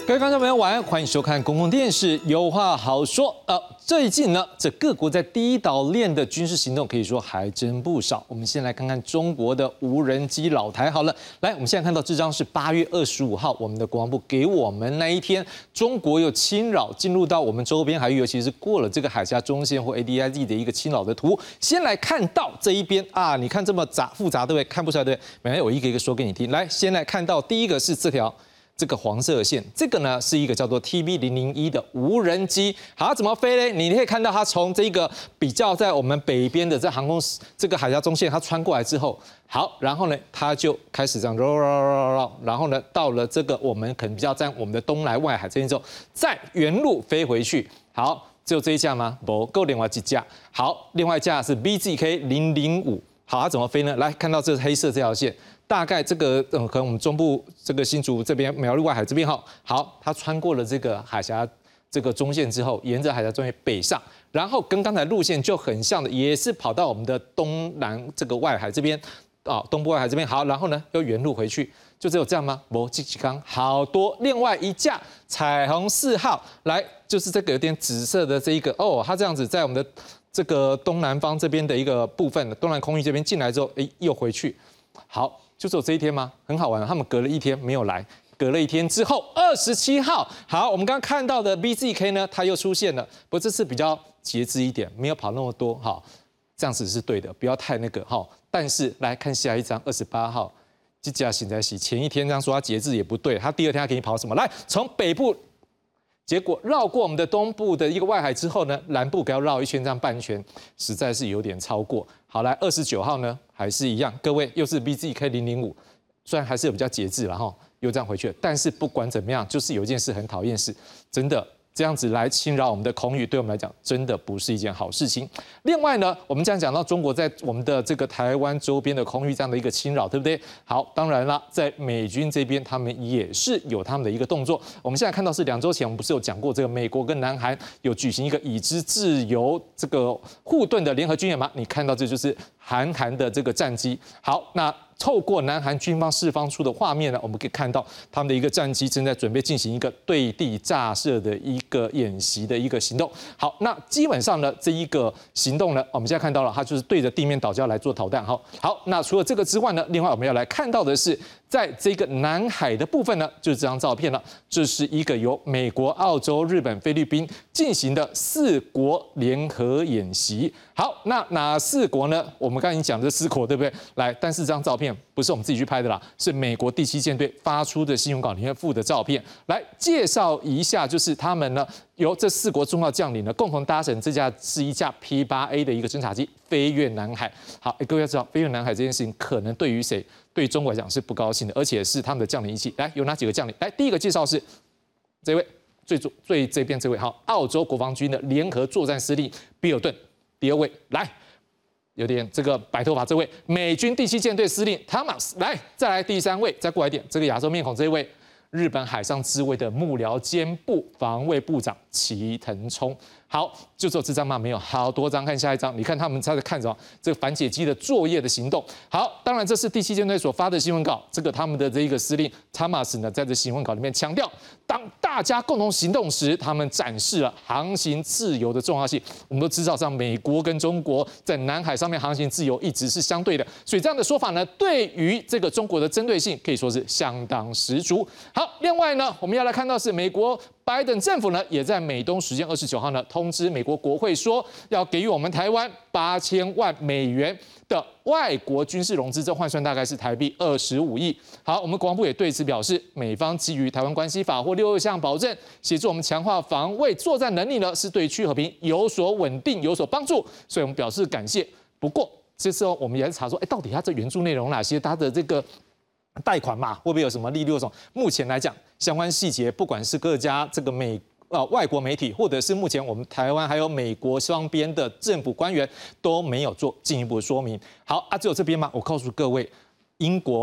各位观众朋友，晚安，欢迎收看公共电视，有话好说。最近呢，这各国在第一岛链的军事行动可以说还真不少。我们先来看看中国的无人机老台。好了，来，我们现在看到这张是8月25号，我们的国防部给我们那一天，中国有侵扰进入到我们周边海域，尤其是过了这个海峡中线或 ADIZ 的一个侵扰的图。先来看到这一边啊，你看这么复杂，对不对？看不出来，对不对？本来我一个一个说给你听。来，先来看到第一个是这条。这个黄色线，这个呢是一个叫做 TB001的无人机，好，它怎么飞呢？你可以看到它从这个比较在我们北边的这航空这个海峡中线，它穿过来之后，好，然后呢它就开始这样绕，然后呢到了这个我们可能比较在我们的东南外海这边之后，再原路飞回去。好，只有这一架吗？不够，另外几架。好，另外一架是 BZK005，好，它怎么飞呢？来看到这黑色这条线。大概这个可能我们中部这个新竹这边苗栗外海这边好，它穿过了这个海峡这个中线之后，沿着海峡中线北上，然后跟刚才路线就很像的，也是跑到我们的东南这个外海这边东部外海这边好，然后呢又原路回去，就只有这样吗？不，刚好多，另外一架彩虹4号来，就是这个有点紫色的这一个它这样子在我们的这个东南方这边的一个部分，东南空域这边进来之后，又回去，好。就只有这一天吗？很好玩，他们隔了一天没有来，隔了一天之后，27号，好，我们刚刚看到的 BZK 呢，它又出现了，不过这次比较节制一点，没有跑那么多，好，这样子是对的，不要太那个，好，但是来看下一张28号，这架现在洗前一天这样说它节制也不对，它第二天它给你跑什么？来，从北部。结果绕过我们的东部的一个外海之后呢，南部给它绕一圈，这样半圈，实在是有点超过。好，来29号呢，还是一样，各位又是 BZK005，虽然还是有比较节制了哈，又这样回去了。但是不管怎么样，就是有一件事很讨厌，是真的这样子来侵扰我们的空域，对我们来讲真的不是一件好事情。另外呢，我们这样讲到中国在我们的这个台湾周边的空域这样的一个侵扰，对不对？好，当然啦，在美军这边，他们也是有他们的一个动作。我们现在看到是2周前，我们不是有讲过这个美国跟南韩有举行一个已知自由这个护盾的联合军演吗？你看到这就是韩的这个战机。好，那透过南韩军方释放出的画面呢，我们可以看到他们的一个战机正在准备进行一个对地炸射的一个演习的一个行动。好，那基本上呢，这一个行动呢，我们现在看到了，它就是对着地面岛礁来做投弹。好，那除了这个之外呢，另外我们要来看到的是，在这个南海的部分呢，就是这张照片了。这是一个由美国、澳洲、日本、菲律宾进行的4国联合演习。好，那哪4国呢？我们刚才已经讲这4国，对不对？来，但是这张照片不是我们自己去拍的啦，是美国第7舰队发出的新闻稿里面附的照片。来介绍一下，就是他们呢由这4国重要将领呢共同搭乘这架是一架 P8A 的一个侦察机飞越南海。好，各位要知道，飞越南海这件事情可能对于谁？对中国来讲是不高兴的，而且是他们的将领一起。来，有哪几个将领？来，第一个介绍是这位最这边这位，好，澳洲国防军的联合作战司令比尔顿。第2位，来，有点这个白头发这位，美军第7舰队司令 Thomas。来，再来第3位，再过来一点，这个亚洲面孔这一位，日本海上自卫的幕僚兼部防卫部长齐藤聪。好，就只有这张吗？没有，好多张。看下一张，你看他们在看什么？这个反解机的作业的行动。好，当然这是第7舰队所发的新闻稿。这个他们的这一个司令 Thomas 呢，在这新闻稿里面强调，当大家共同行动时，他们展示了航行自由的重要性。我们都知道，像美国跟中国在南海上面航行自由一直是相对的，所以这样的说法呢，对于这个中国的针对性可以说是相当十足。好，另外呢，我们要来看到是美国。拜登政府呢，也在美东时间29号呢，通知美国国会说，要给予我们台湾8000万美元的外国军事融资，这换算大概是台币25亿。好，我们国防部也对此表示，美方基于台湾关系法或62项保证，协助我们强化防卫作战能力呢，是对区域和平有所稳定、有所帮助，所以我们表示感谢。不过这时候我们也在查说，到底它这援助内容哪些？它的这个贷款嘛，会不会有什么利率？目前来讲，相关细节，不管是各家这个外国媒体，或者是目前我们台湾还有美国双边的政府官员都没有做进一步的说明。好，只有这边吗？我告诉各位，英国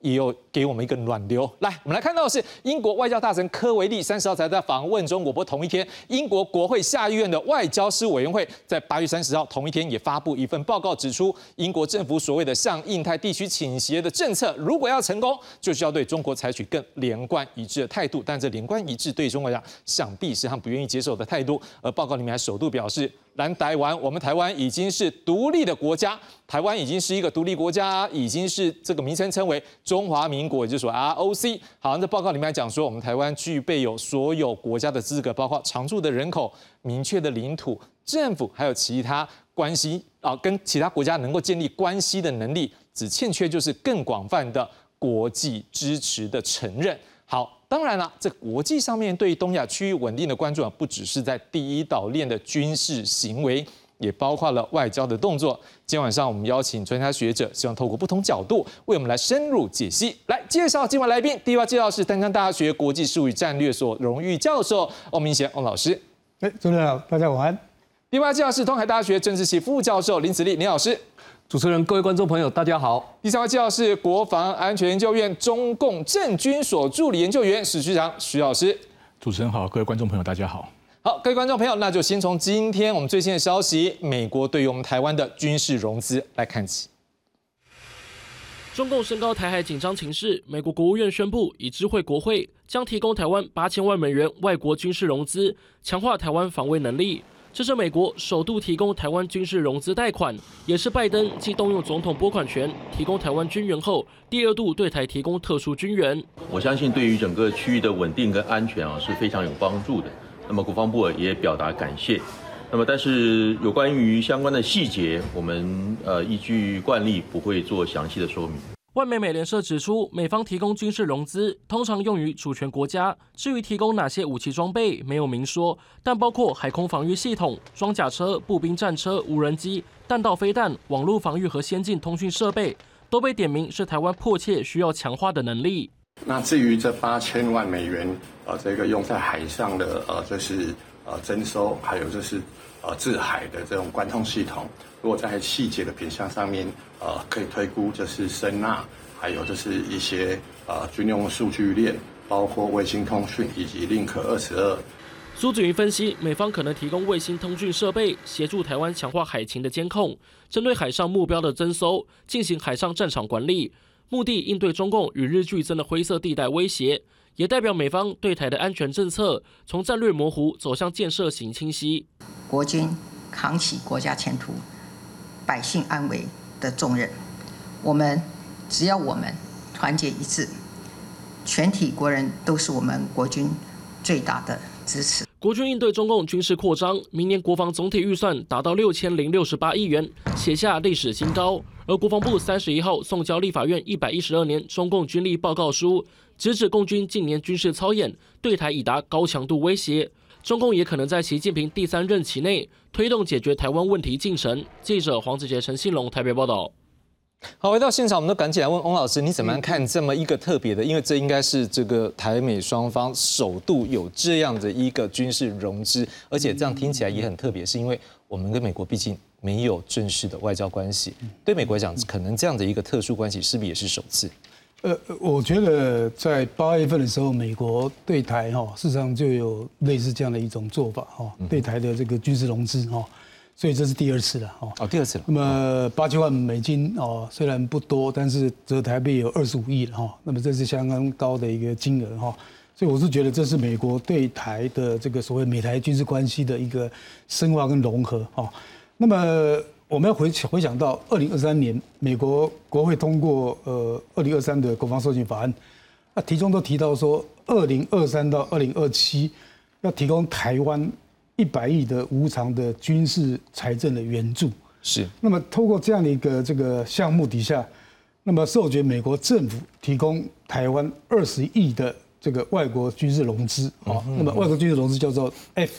也有给我们一个暖流。来，我们来看到的是英国外交大臣科维利30号才在访问中国，不过同一天，英国国会下议院的外交事务委员会在8月30号同一天也发布一份报告，指出英国政府所谓的向印太地区倾斜的政策，如果要成功，就需要对中国采取更连贯一致的态度。但这连贯一致对中国来讲，想必是他们不愿意接受的态度。而报告里面还首度表示，台湾，我们台湾已经是独立的国家，台湾已经是一个独立国家，已经是这个名称称为中华民国，也就是说 ROC。好，这报告里面讲说，我们台湾具备有所有国家的资格，包括常住的人口、明确的领土、政府，还有其他关系跟其他国家能够建立关系的能力，只欠缺就是更广泛的国际支持的承认。好，当然了，这国际上面对东亚区域稳定的关注不只是在第一岛链的军事行为，也包括了外交的动作。今天晚上我们邀请专家学者，希望透过不同角度为我们来深入解析。来介绍今晚来宾，第一位介绍是淡江大学国际事务与战略所荣誉教授翁明贤翁老师。 主持人好，大家晚安。 第二位介绍是东海大学政治系副教授林子立林老师。 主持人、各位观众朋友，大家好。 第三位介绍是国防安全研究院中共政军所助理研究员史局长徐老师。 主持人好，各位观众朋友，大家好。 好，各位观众朋友，那就先从今天我们最新的消息，美国对于我们台湾的军事融资来看起。 中共升高台海紧张情势，美国国务院宣布，已知会国会将提供台湾8000万美元外国军事融资，强化台湾防卫能力。这是美国首度提供台湾军事融资贷款，也是拜登继动用总统拨款权提供台湾军援后，第二度对台提供特殊军援。 我相信对于整个区域的稳定跟安全是非常有帮助的。那么国防部也表达感谢。那么但是有关于相关的细节，我们依据惯例不会做详细的说明。 外媒美联社指出，美方提供军事融资通常用于主权国家，至于提供哪些武器装备没有明说，但包括海空防御系统、装甲车、步兵战车、无人机、弹道飞弹、网络防御和先进通讯设备，都被点名是台湾迫切需要强化的能力。 那至于这8000万美元，这个用在海上的这是征收，还有就是制海的这种管控系统，如果在细节的品项上面，可以推估就是声呐，还有就是一些军用数据链，包括卫星通讯以及 Link 22。 苏子云分析，美方可能提供卫星通讯设备，协助台湾强化海情的监控，针对海上目标的侦搜，进行海上战场管理，目的应对中共与日俱增的灰色地带威胁，也代表美方对台的安全政策从战略模糊走向建设型清晰。 国军扛起国家前途、百姓安危的重任，只要我们团结一致，全体国人都是我们国军最大的支持。 国军应对中共军事扩张，明年国防总体预算达到6068亿元，写下历史新高。而国防部31号送交立法院112年中共军力报告书，直指共军近年军事操演对台已达高强度威胁，中共也可能在习近平第3任期内推动解决台湾问题进程。记者黄子杰、陈信龙台北报道。 好，回到现场，我们都赶紧来问翁老师，你怎么样看这么一个特别的？因为这应该是这个台美双方首度有这样的一个军事融资，而且这样听起来也很特别，是因为我们跟美国毕竟没有正式的外交关系，对美国来讲，可能这样的一个特殊关系是不是也是首次？ 我觉得在8月份的时候，美国对台事实上就有类似这样的一种做法对台的这个军事融资所以这是第2次了第2次了。 那么8000万美金虽然不多，但是折台币有25亿了那么这是相当高的一个金额所以我是觉得这是美国对台的这个所谓美台军事关系的一个深化跟融合那么我们要回想到2023年，美国国会通过2023的国防授权法案，其中都提到说2023到2027要提供台湾100亿的无偿的军事财政的援助。 是。那么透过这样的一个这个项目底下，那么授权美国政府提供台湾20亿的这个外国军事融资那么外国军事融资叫做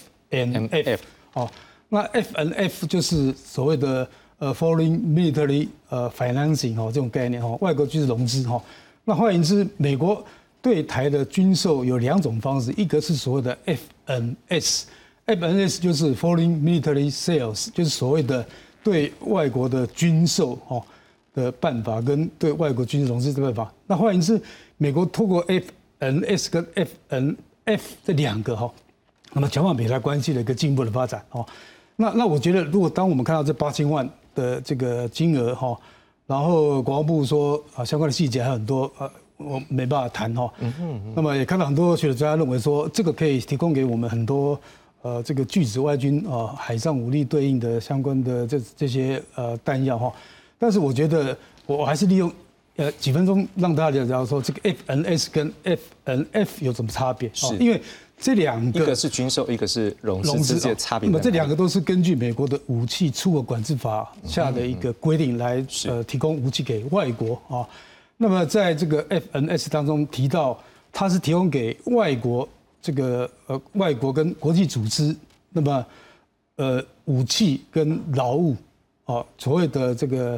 FNF 那 FNF 就是所谓的Foreign Military Financing 这种概念外国军事融资那换言之，美国对台的军售有2种方式，一个是所谓的 FNS 就是 Foreign Military Sales， 就是所谓的对外国的军售的办法跟对外国军事融资的办法。那换言之，美国透过 FNS 跟 FNF 这2个那么强化美台关系的一个进一步的发展那我觉得，如果当我们看到这8000万的这个金额然后国防部说相关的细节还有很多我没办法谈那么也看到很多学者专家认为说，这个可以提供给我们很多这个拒止外军海上武力对应的相关的这些弹药但是我觉得我还是利用几分钟让大家了解说这个 FNS 跟 FNF 有什么差别因为这2个一个是军售，一个是融资之间的差别。 那么这2个都是根据美国的武器出口管制法下的一个规定来提供武器给外国那么在这个 FNS 当中提到，它是提供给外国这个外国跟国际组织，那么武器跟劳务所谓的这个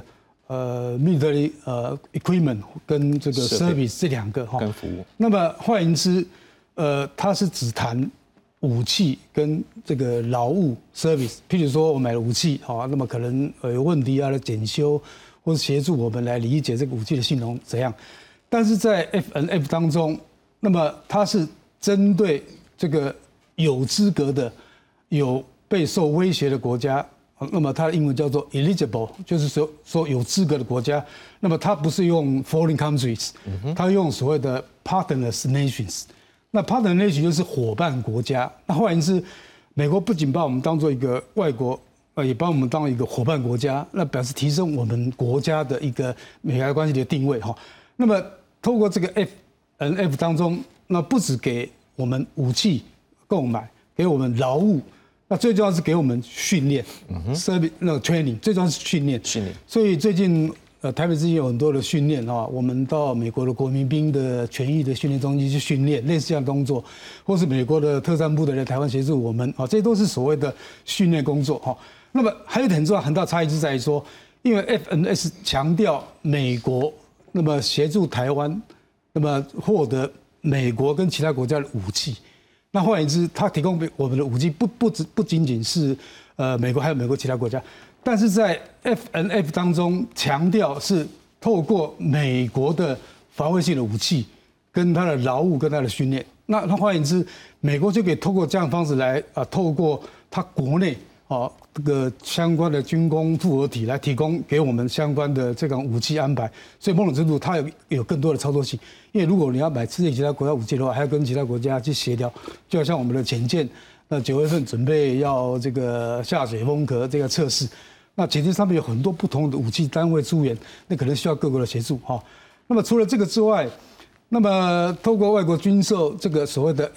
military equipment 跟这个 service 这2个跟服务。 那么换言之，它是只谈武器跟这个劳务 service， 譬如说我买了武器那么可能有问题来检修，或是协助我们来理解这个武器的性能怎样。但是在 FNF 当中，那么它是针对这个有资格的、有备受威胁的国家，那么它的英文叫做 eligible， 就是说有资格的国家。那么它不是用 foreign countries， 它用所谓的 partners nations。那 partner nation 就是伙伴国家。那换言之，美国不仅把我们当做一个外国，也把我们当一个伙伴国家，那表示提升我们国家的一个美台关系的定位那么透过这个 FNF 当中，那不只给我们武器购买，给我们劳务，那最重要是给我们训练，service 那个 training， 最重要是训练。所以最近台北之间有很多的训练我们到美国的国民兵的权益的训练中心去训练，类似这样的工作，或是美国的特战部的来台湾协助我们这些都是所谓的训练工作那么还有一点很重要很大差异是在于说，因为 FNS 强调美国那么协助台湾，那么获得美国跟其他国家的武器。那换言之，它提供给我们的武器不仅仅是美国，还有美国其他国家。但是在 FNF 当中强调是透过美国的防卫性的武器，跟它的劳务跟它的训练。那换言之，美国就可以透过这样的方式来透过它国内这个相关的军工复合体来提供给我们相关的这种武器安排。所以某种程度它有更多的操作性。因为如果你要买世界其他国家武器的话，还要跟其他国家去协调，就好像我们的潜舰，那9月份准备要这个下水封壳这个测试。那潜艇上面有很多不同的武器单位支援，那可能需要各国的协助那么除了这个之外，那么透过外国军售这个所谓的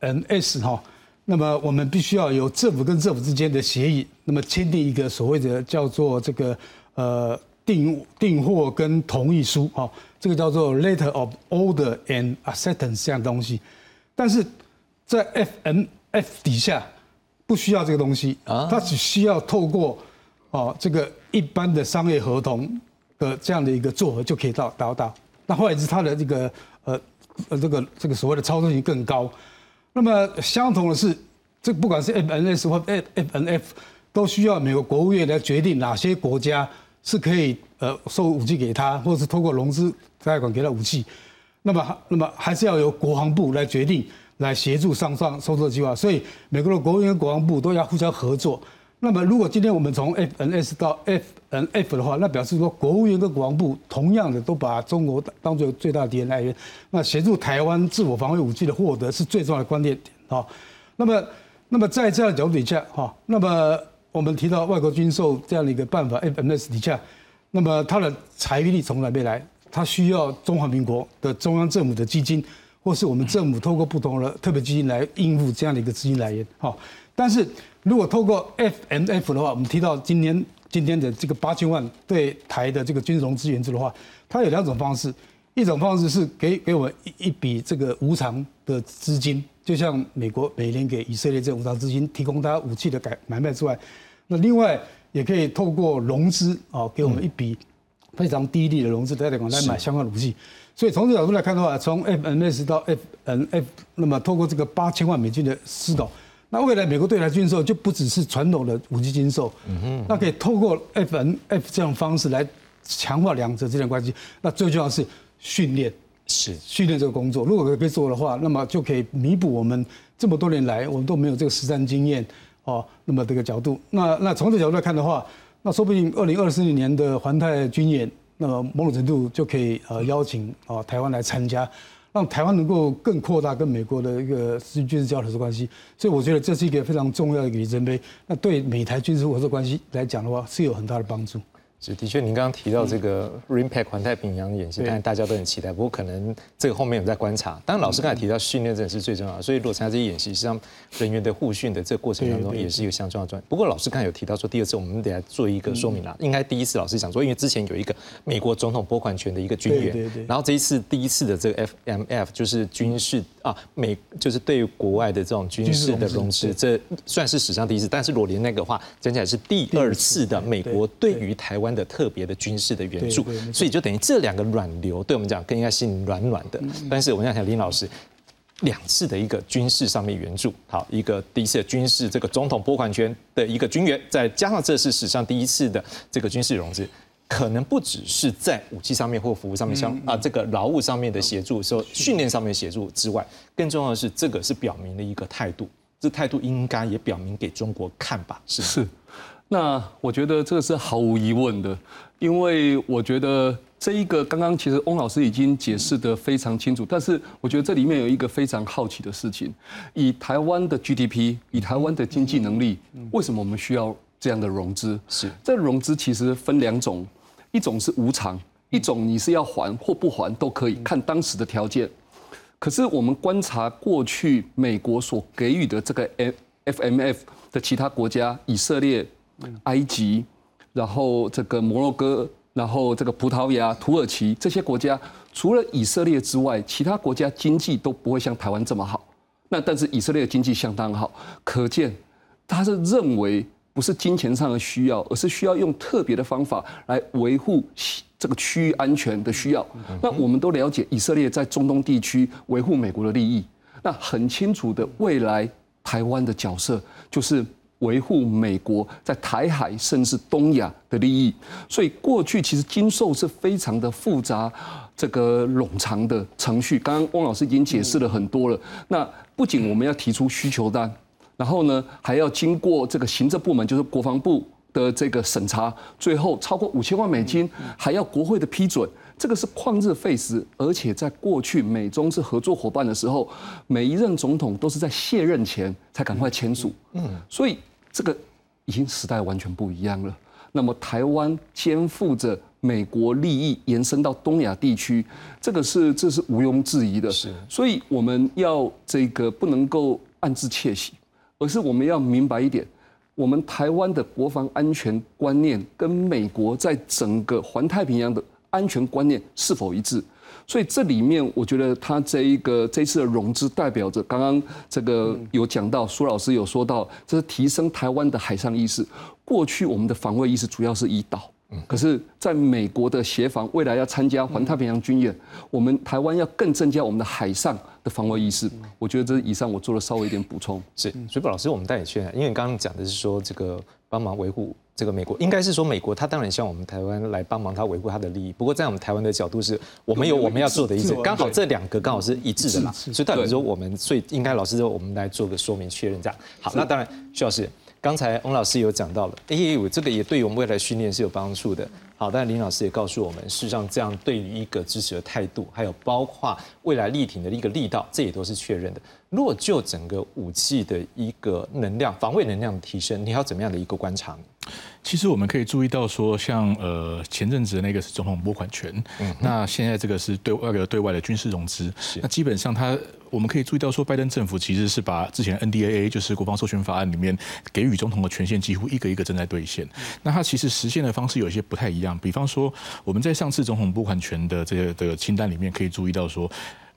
FNS 那么我们必须要有政府跟政府之间的协议，那么签订一个所谓的叫做这个订货跟同意书这个叫做 Letter of Order and Acceptance 这样的东西。但是在 FNF 底下不需要这个东西它只需要透过这个一般的商业合同的这样的一个做法就可以达到。那换言之，它的这个这个所谓的操作性更高。那么相同的是，这不管是 FNS 或 FNF， 都需要美国国务院来决定哪些国家是可以售武器给他，或者是透过融资贷款给他武器。那么还是要由国防部来决定，来协助上收购计划。所以美国的国务院跟国防部都要互相合作。那么，如果今天我们从 FNS 到 FNF 的话，那表示说国务院跟国防部同样的都把中国当作最大的敌人来源，那协助台湾自我防卫武器的获得是最重要的关键点那么在这样的角度底下那么我们提到外国军售这样的一个办法 FNS 底下，那么它的财力从哪边来？它需要中华民国的中央政府的基金，或是我们政府透过不同的特别基金来应付这样的一个资金来源但是如果透过 FNF 的话，我们提到今天的这个8000万对台的这个军事融资援助的话，它有2种方式。一种方式是给我们一笔这个无偿的资金，就像美国每年给以色列这种无偿资金提供它武器的买卖之外，那另外也可以透过融资给我们一笔非常低利的融资贷款来买相关的武器。所以从这角度来看的话，从 FNS 到 FNF， 那么透过这个8000万美金的施导，那未来美国对台军售就不只是传统的武器军售，那可以透过 FNF 这样的方式来强化两者之间的关系。那最重要的是训练。 是训练这个工作，如果可以做的话，那么就可以弥补我们这么多年来我们都没有这个实战经验哦。那么这个角度，那从这个角度来看的话，那说不定2024年的环太军演，那么某种程度就可以邀请台湾来参加，让台湾能够更扩大跟美国的一个军事交流的关系。所以我觉得这是一个非常重要的一个里程碑。那对美台军事合作关系来讲的话，是有很大的帮助。 是，的确，您刚刚提到这个 RIMPAC 环太平洋演习，当然大家都很期待，不过可能这个后面有在观察。当然，老师刚才提到训练真的是最重要的，所以如果参加这些演习，实际上人员的互训的这个过程当中，也是一个相当重要的重点。不过老师刚才有提到说，第二次我们得来做一个说明啦。应该第一次老师讲说，因为之前有一个美国总统拨款权的一个军援，然后这一次第一次的这个 FMF 就是军事就是对国外的这种军事的融资，这算是史上第一次。但是如果连那个话，讲起来是第二次的美国对于台湾的特别的军事的援助，所以就等于这两个软流对我们讲更应该心软软的。但是我们要讲林老师2次的一个军事上面援助，好，一个第一次的军事这个总统拨款权的一个军援，再加上这是史上第一次的这个军事融资。可能不只是在武器上面或服务上面，这个劳务上面的协助，说训练上面的协助之外，更重要的是这个是表明了一个态度，这态度应该也表明给中国看吧？是。 那我觉得这个是毫无疑问的，因为我觉得这一个刚刚其实翁老师已经解释得非常清楚，但是我觉得这里面有一个非常好奇的事情，以台湾的 GDP， 以台湾的经济能力，为什么我们需要这样的融资？是，这融资其实分2种。一种是无偿，一种你是要还或不还都可以，看当时的条件。可是我们观察过去美国所给予的这个 FMF 的其他国家，以色列、埃及，然后这个摩洛哥，然后这个葡萄牙、土耳其这些国家，除了以色列之外，其他国家经济都不会像台湾这么好。那但是以色列的经济相当好，可见他是认为。不是金钱上的需要，而是需要用特别的方法来维护这个区域安全的需要。那我们都了解，以色列在中东地区维护美国的利益，那很清楚的，未来台湾的角色就是维护美国在台海甚至东亚的利益。所以过去其实经售是非常的复杂，这个冗长的程序。刚刚翁老师已经解释了很多了。那不仅我们要提出需求单。然后呢，还要经过这个行政部门，就是国防部的这个审查，最后超过5000万美金，还要国会的批准，这个是旷日费时，而且在过去美中是合作伙伴的时候，每一任总统都是在卸任前才赶快签署，所以这个已经时代完全不一样了。那么台湾肩负着美国利益延伸到东亚地区，这是毋庸置疑的。所以我们要这个不能够暗自窃喜。而是我们要明白一点，我们台湾的国防安全观念跟美国在整个环太平洋的安全观念是否一致？所以这里面，我觉得他这次的融资代表着刚刚这个有讲到，苏老师有说到，这是提升台湾的海上意识。过去我们的防卫意识主要是以岛。可是，在美国的协防未来要参加环太平洋军演，我们台湾要更增加我们的海上的防卫意识。我觉得这以上我做了稍微一点补充。 是，所以老师，我们带你去，因为你刚刚讲的是说这个帮忙维护这个美国，应该是说美国他当然希望我们台湾来帮忙他维护他的利益。不过在我们台湾的角度是，我们有我们要做的意思，刚好这2个刚好是一致的嘛。所以代表说我们，所以应该老师说我们来做个说明确认这样。好，那当然徐老师。刚才翁老师有讲到了，这个也对于我们未来训练是有帮助的。好，但林老师也告诉我们，事实上这样对于一个支持的态度，还有包括未来力挺的一个力道，这也都是确认的。如果就整个武器的一个能量、防卫能量的提升，你还有怎么样的一个观察呢？ 其实我们可以注意到说，像前阵子的那个是总统拨款权，那现在这个是对外的军事融资，那基本上我们可以注意到说，拜登政府其实是把之前 NDAA 就是国防授权法案里面给予总统的权限，几乎一个一个正在兑现。那它其实实现的方式有一些不太一样，比方说我们在上次总统拨款权的这个清单里面可以注意到说。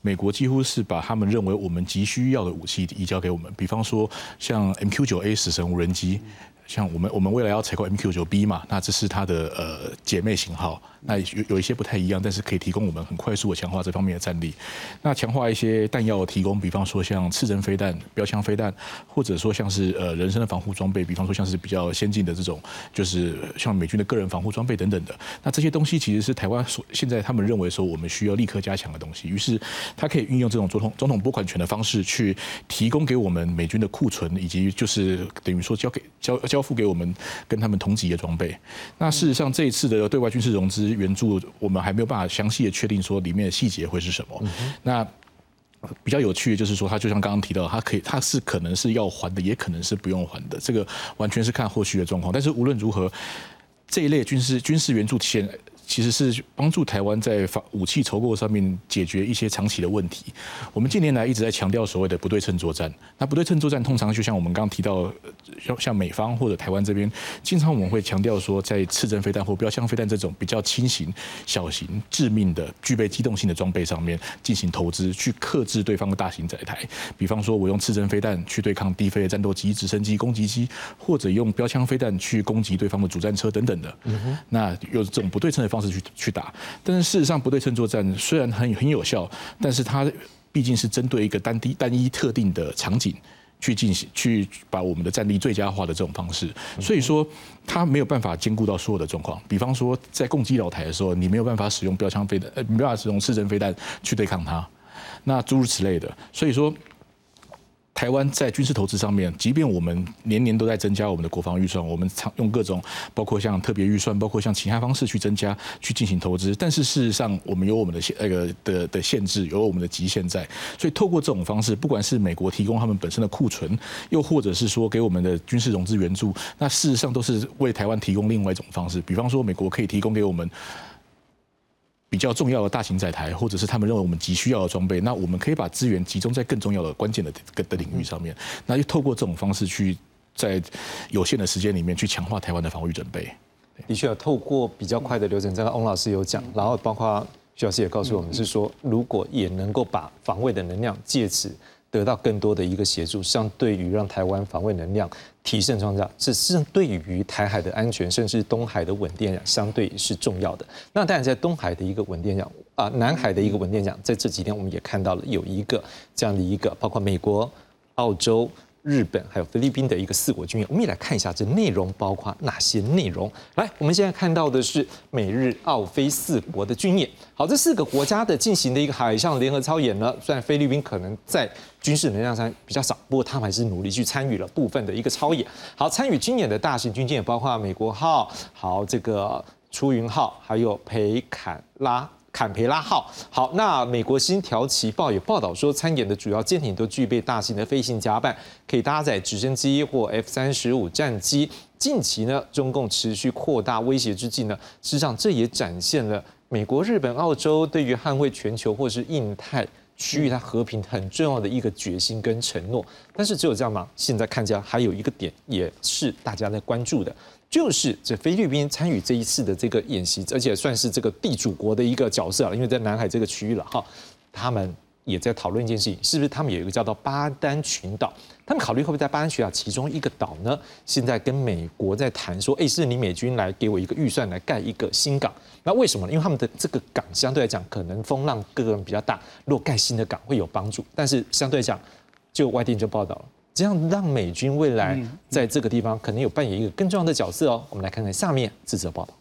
美国几乎是把他们认为我们急需要的武器移交给我们，比方说像 MQ-9A 死神无人机。像我们未来要采购 MQ-9B 嘛，那这是它的姐妹型号，那有一些不太一样，但是可以提供我们很快速的强化这方面的战力。那强化一些弹药的提供，比方说像刺针飞弹、标枪飞弹，或者说像是人身的防护装备，比方说像是比较先进的这种，就是像美军的个人防护装备等等的。那这些东西其实是台湾现在他们认为说我们需要立刻加强的东西，于是它可以运用这种总统拨款权的方式去提供给我们美军的库存，以及就是等于说交付给我们跟他们同级的装备。那事实上这一次的对外军事融资援助，我们还没有办法详细的确定说里面的细节会是什么。那比较有趣的就是说，它就像刚刚提到，它是可能是要还的，也可能是不用还的，这个完全是看后续的状况。但是无论如何，这一类军事援助其实是帮助台湾在武器筹购上面解决一些长期的问题。我们近年来一直在强调所谓的不对称作战。那不对称作战通常就像我们刚刚提到，像美方或者台湾这边，经常我们会强调说，在刺针飞弹或标枪飞弹这种比较轻型、小型、致命的、具备机动性的装备上面进行投资，去克制对方的大型载台。比方说，我用刺针飞弹去对抗低飞的战斗机、直升机、攻击机，或者用标枪飞弹去攻击对方的主战车等等的。那有这种不对称的方式去打，但是事实上不对称作战虽然很有效，但是它毕竟是针对一个单一特定的场景去把我们的战力最佳化的这种方式，所以说它没有办法兼顾到所有的状况。比方说在攻击老台的时候，你没有办法使用标枪飞弹，没办法使用刺针飞弹去对抗它，那诸如此类的。所以说，台湾在军事投资上面，即便我们年年都在增加我们的国防预算，我们用各种包括像特别预算，包括像其他方式去增加去进行投资，但是事实上我们有我们的限制，有我们的极限在，所以透过这种方式，不管是美国提供他们本身的库存，又或者是说给我们的军事融资援助，那事实上都是为台湾提供另外一种方式，比方说美国可以提供给我们比较重要的大型载台，或者是他们认为我们急需要的装备，那我们可以把资源集中在更重要的关键的领域上面，那就透过这种方式去在有限的时间里面去强化台湾的防御准备。 的确，透过比较快的流程，刚刚翁老师有讲，然后包括徐老师也告诉我们是说，如果也能够把防卫的能量借此得到更多的一个协助，相对于让台湾防卫能量提升创造，这实际上对于台海的安全，甚至东海的稳定讲，相对是重要的。那当然，在东海的一个稳定讲南海的一个稳定讲，在这几天我们也看到了有一个这样的一个，包括美国、澳洲、日本还有菲律宾的一个4国军演，我们也来看一下这内容包括哪些内容。来，我们现在看到的是美日澳菲4国的军演。好，这4个国家的进行的一个海上联合操演呢，虽然菲律宾可能在军事能量上比较少，不过他们还是努力去参与了部分的一个操演。好，参与军演的大型军舰包括美国号、好这个出云号，还有坎培拉号。好，那美国新条旗报也报道说，参演的主要舰艇都具备大型的飞行甲板，可以搭载直升机或 F-35战机。近期呢，中共持续扩大威胁之际呢，事实上这也展现了美国、日本、澳洲对于捍卫全球或是印太区域它和平很重要的一个决心跟承诺。但是只有这样吗？现在看起来还有一个点也是大家在关注的，就是这菲律宾参与这一次的这个演习，而且算是这个地主国的一个角色了，因为在南海这个区域了哈，他们也在讨论一件事情，是不是他们有一个叫做巴丹群岛，他们考虑会不会在巴丹群岛其中一个岛呢？现在跟美国在谈说，是你美军来给我一个预算来盖一个新港，那为什么呢？因为他们的这个港相对来讲可能风浪各个人比较大，如果盖新的港会有帮助，但是相对来讲，就外电就报道了。这样让美军未来在这个地方可能有扮演一个更重要的角色哦。我们来看看下面这则报道。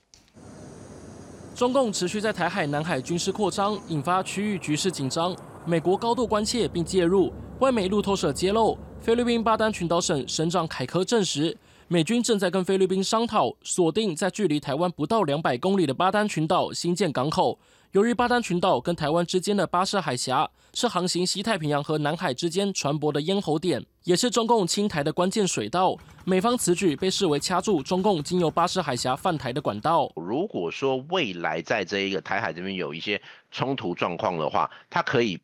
中共持续在台海、南海军事扩张，引发区域局势紧张。美国高度关切并介入。外媒路透社揭露，菲律宾巴丹群岛省省长凯科证实，美军正在跟菲律宾商讨锁定在距离台湾不到200公里的巴丹群岛新建港口。由于巴丹群岛跟台湾之间的巴士海峡是航行西太平洋和南海之间船舶的咽喉点，也是中共侵台的关键水道。美方此举被视为掐住中共经由巴士海峡犯台的管道。 如果说未来在这一个台海这边有一些冲突状况的话，它可以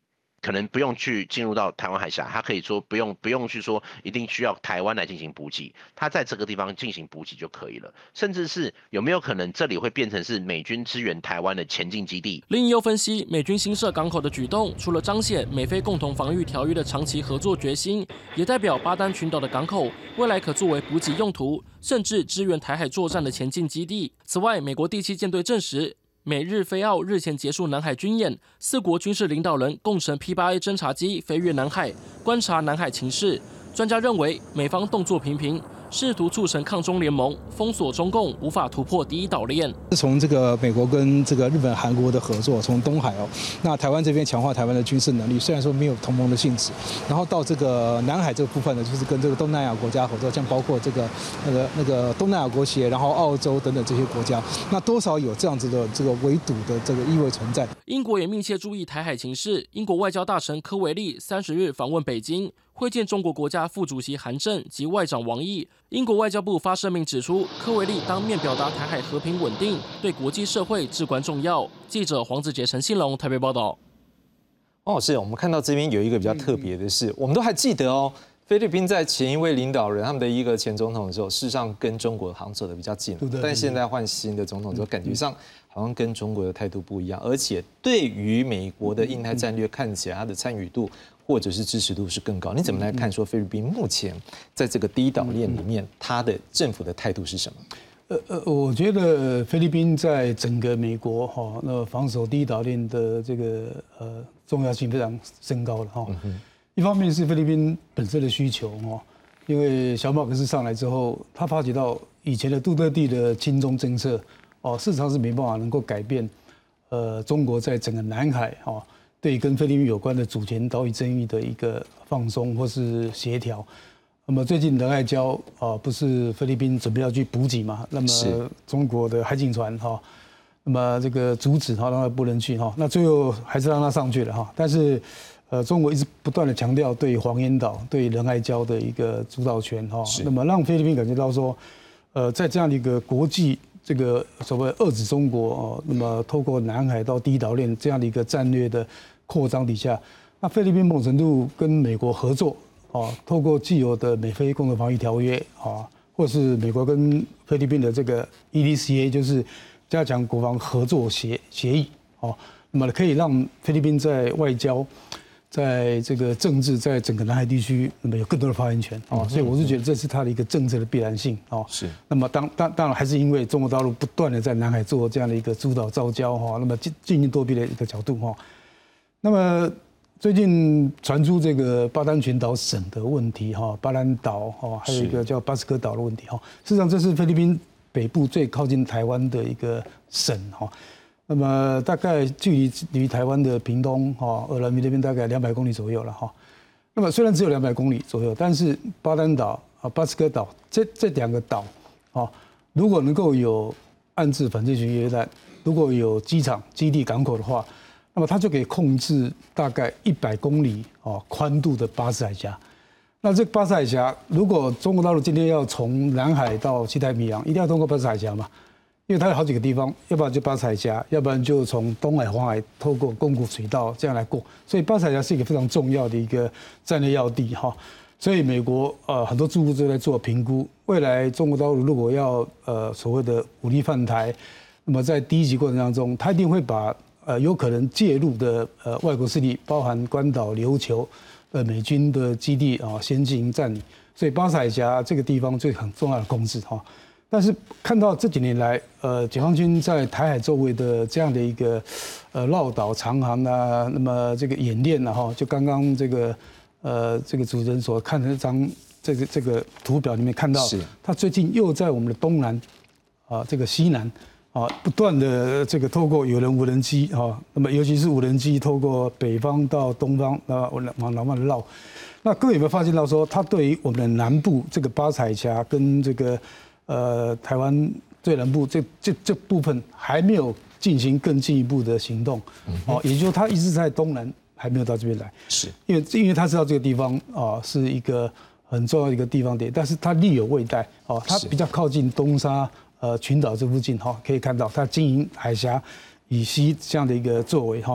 可能不用去进入到台湾海峡，他可以说不用去说一定需要台湾来进行补给，他在这个地方进行补给就可以了。甚至是有没有可能这里会变成是美军支援台湾的前进基地？ 林颖又分析，美军新设港口的举动，除了彰显美菲共同防御条约的长期合作决心，也代表巴丹群岛的港口未来可作为补给用途，甚至支援台海作战的前进基地。此外，美国第7舰队证实，美日菲澳日前结束南海军演，4国军事领导人共乘 P-8A 侦察机飞越南海，观察南海情势。专家认为，美方动作频频，试图促成抗中联盟，封锁中共无法突破第一岛链。 从这个美国跟这个日本、韩国的合作，从东海那台湾这边强化台湾的军事能力，虽然说没有同盟的性质，然后到这个南海这个部分呢，就是跟这个东南亚国家合作，像包括这个那个东南亚国协，然后澳洲等等这些国家，那多少有这样子的这个围堵的这个意味存在。 英国也密切注意台海情势，英国外交大臣科维利30日访问北京，会见中国国家副主席韩正及外长王毅。英国外交部发声明指出，科维利当面表达台海和平稳定对国际社会至关重要。记者黄子杰、陈信龙台北报道。 王老师，我们看到这边有一个比较特别的是，我们都还记得哦，菲律宾在前一位领导人他们的一个前总统的时候，事实上跟中国好像走得比较近，但现在换新的总统之后，感觉上好像跟中国的态度不一样，而且对于美国的印太战略看起来它的参与度或者是支持度是更高。你怎么来看说菲律宾目前在这个第一岛链里面，它的政府的态度是什么？ 我觉得菲律宾在整个美国那防守第一岛链的这个重要性非常升高了一方面是菲律宾本身的需求因为小马可是上来之后，他发觉到以前的杜特地的亲中政策事实上是没办法能够改变中国在整个南海对跟菲律宾有关的主权岛屿争议的一个放松或是协调。那么最近仁爱礁不是菲律宾准备要去补给嘛？那么中国的海警船那么这个阻止让他不能去那最后还是让他上去了但是中国一直不断的强调对黄岩岛、对仁爱礁的一个主导权那么让菲律宾感觉到说在这样的一个国际这个所谓遏制中国那么透过南海到第一岛链这样的一个战略的扩张底下，那菲律宾某种程度跟美国合作透过既有的美菲共同防御条约或是美国跟菲律宾的这个 EDCA， 就是加强国防合作协议那么可以让菲律宾在外交、在这个政治、在整个南海地区，那么有更多的发言权所以我是觉得这是它的一个政策的必然性是。 那么当然还是因为中国大陆不断的在南海做这样的一个主导造礁那么进行多边的一个角度那么最近传出这个巴丹群岛省的问题巴兰岛还有一个叫巴斯克岛的问题事实上这是菲律宾北部最靠近台湾的一个省那么大概距离台湾的屏东俄兰米那边大概200公里左右了那么虽然只有200公里左右，但是巴丹岛巴斯克岛这2个岛如果能够有岸置反舰巡弋弹，如果有机场、基地、港口的话，那么它就可以控制大概100公里宽度的巴士海峡。那这个巴士海峡，如果中国大陆今天要从南海到西太平洋，一定要通过巴士海峡嘛？因为它有好几个地方，要不然就巴士海峡，要不然就从东海、黄海透过宫古水道这样来过。所以巴士海峡是一个非常重要的一个战略要地所以美国很多智库都在做评估，未来中国大陆如果要所谓的武力犯台，那么在第一级过程当中，它一定会把有可能介入的外国势力，包含关岛、琉球美军的基地先进行占领，所以巴士海峡这个地方最很重要的控制但是看到这几年来，解放军在台海周围的这样的一个绕岛长航那么这个演练就刚刚这个主持人所看的这张这个图表里面看到，他最近又在我们的东南这个西南。不断的这个透过有人无人机那么尤其是无人机透过北方到东方往南方绕，那各位有没有发现到说，它对于我们的南部这个巴士海峡跟这个台湾最南部这部分还没有进行更进一步的行动也就是说它一直在东南还没有到这边来， 是因为他知道这个地方是一个很重要的一个地方点，但是它力有未逮它比较靠近东沙。群岛这附近可以看到它经营海峡以西这样的一个作为所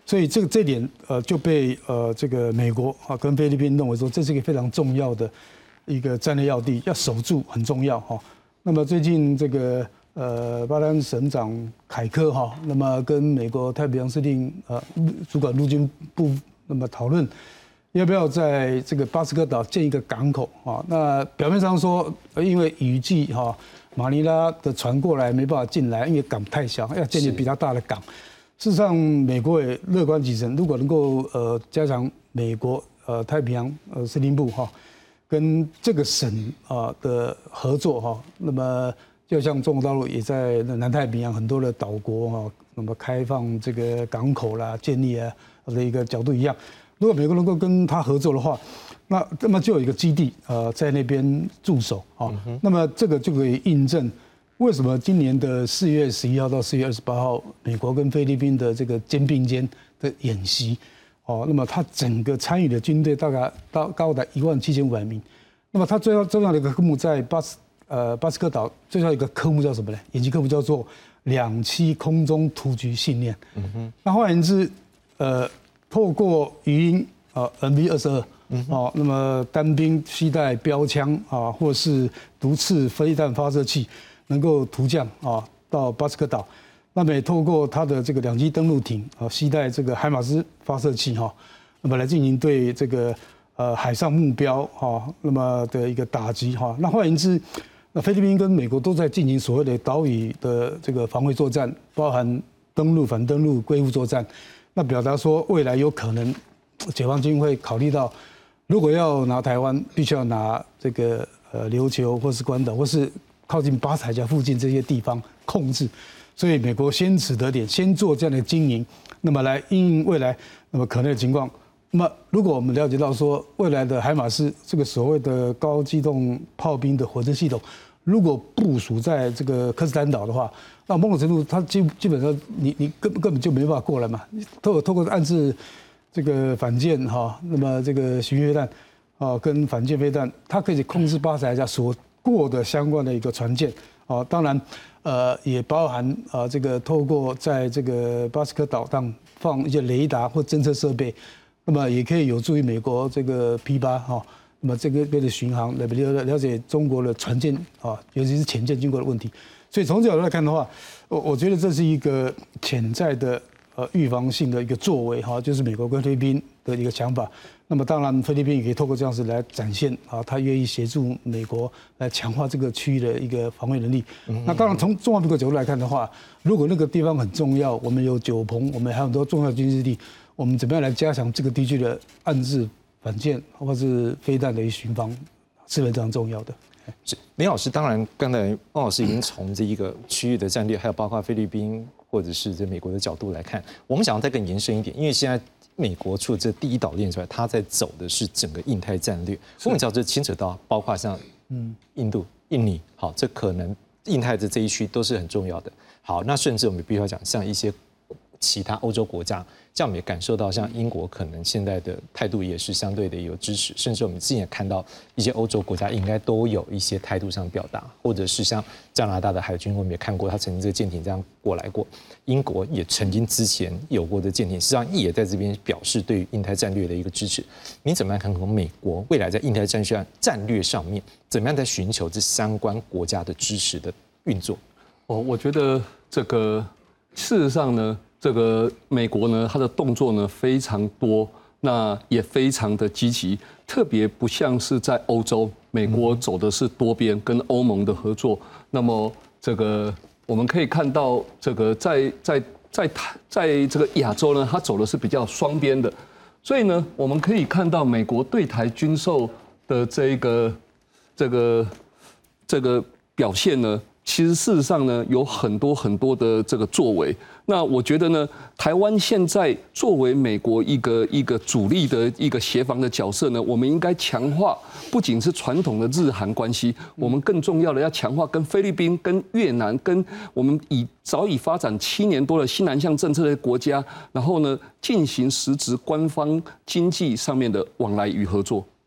所以这点就被这个美国啊跟菲律宾认为说这是一个非常重要的一个战略要地，要守住很重要哈。那么最近这个巴丹省长凯科哈，那么跟美国太平洋司令主管陆军部那么讨论要不要在这个巴斯克岛建一个港口啊？那表面上说因为雨季哈，马尼拉的船过来没办法进来，因为港太小，要建立比较大的港。事实上，美国也乐观其成，如果能够加强美国太平洋司令部哈跟这个省的合作哈，那么就像中国大陆也在南太平洋很多的岛国哈，那么开放这个港口啦、建立啊的一个角度一样，如果美国能够跟他合作的话，那么就有一个基地在那边驻守啊，那么这个就可以印证。为什么今年的4月11号到4月28号，美国跟菲律宾的这个肩并肩的演习，那么他整个参与的军队大概高达17500名。那么他最重要的一个科目在巴斯克岛，最重要一个科目叫什么呢？演习科目叫做2栖空中突击训练。那换言之，透过语音MV22。那么单兵携带标枪或是毒刺飞弹发射器，能够突降到巴斯克岛，那么也透过它的这个2栖登陆艇携带这个海马斯发射器那么来进行对这个海上目标那么的一个打击那换言之，那菲律宾跟美国都在进行所谓的岛屿的这个防卫作战，包含登陆、反登陆、归附作战。那表达说未来有可能解放军会考虑到，如果要拿台湾，必须要拿这个琉球或是关岛或是靠近巴士海峡附近这些地方控制，所以美国先取得点，先做这样的经营，那么来因应未来那么可能的情况。那么如果我们了解到说未来的海马斯这个所谓的高机动炮兵的火箭系统，如果部署在这个科斯坦岛的话，那某种程度它基本上你根本就没办法过来嘛，透过暗示这个反舰那么这个巡弋飞弹跟反舰飞弹，它可以控制巴士海峡所过的相关的一个船舰当然也包含这个透过在这个巴斯克岛上放一些雷达或侦测设备，那么也可以有助于美国这个 P8那么这个边的巡航了解中国的船舰尤其是潜舰经过的问题。所以从这角度来看的话，我觉得这是一个潜在的预防性的一个作为就是美国跟菲律宾的一个想法。那么当然，菲律宾也可以透过这样子来展现他愿意协助美国来强化这个区域的一个防卫能力。那当然，从中华民国角度来看的话，如果那个地方很重要，我们有九鹏，我们还有很多重要军事地，我们怎么样来加强这个地区的暗制反舰或是飞弹的一巡防，是非常重要的。 是林老师，当然刚才汪老师已经从这一个区域的战略，还有包括菲律宾或者是这美国的角度来看，我们想要再更延伸一点，因为现在美国除了这第一岛链之外，它在走的是整个印太战略。我们知道这牵扯到包括像印度、印尼，好，这可能印太的这一区都是很重要的。好，那甚至我们必须要讲，像一些其他欧洲国家，这样我们也感受到，像英国可能现在的态度也是相对的有支持，甚至我们之前也看到一些欧洲国家应该都有一些态度上表达，或者是像加拿大的海军，我们也看过，他曾经这个舰艇这样过来过。英国也曾经之前有过的舰艇，实际上也在这边表示对于印太战略的一个支持。你怎么样看看美国未来在印太战略上面，怎么样在寻求这相关国家的支持的运作？ 我觉得这个事实上呢，这个美国呢，它的动作呢非常多，那也非常的积极，特别不像是在欧洲，美国走的是多边跟欧盟的合作。那么这个我们可以看到，这个在这个亚洲呢，它走的是比较双边的，所以呢，我们可以看到美国对台军售的这个表现呢。其实事实上呢，有很多的这个作为。那我觉得呢，台湾现在作为美国一个主力的一个协防的角色呢，我们应该强化不仅是传统的日韩关系，我们更重要的要强化跟菲律宾、跟越南、跟我们早已发展7年多的新南向政策的国家，然后呢，进行实质官方经济上面的往来与合作。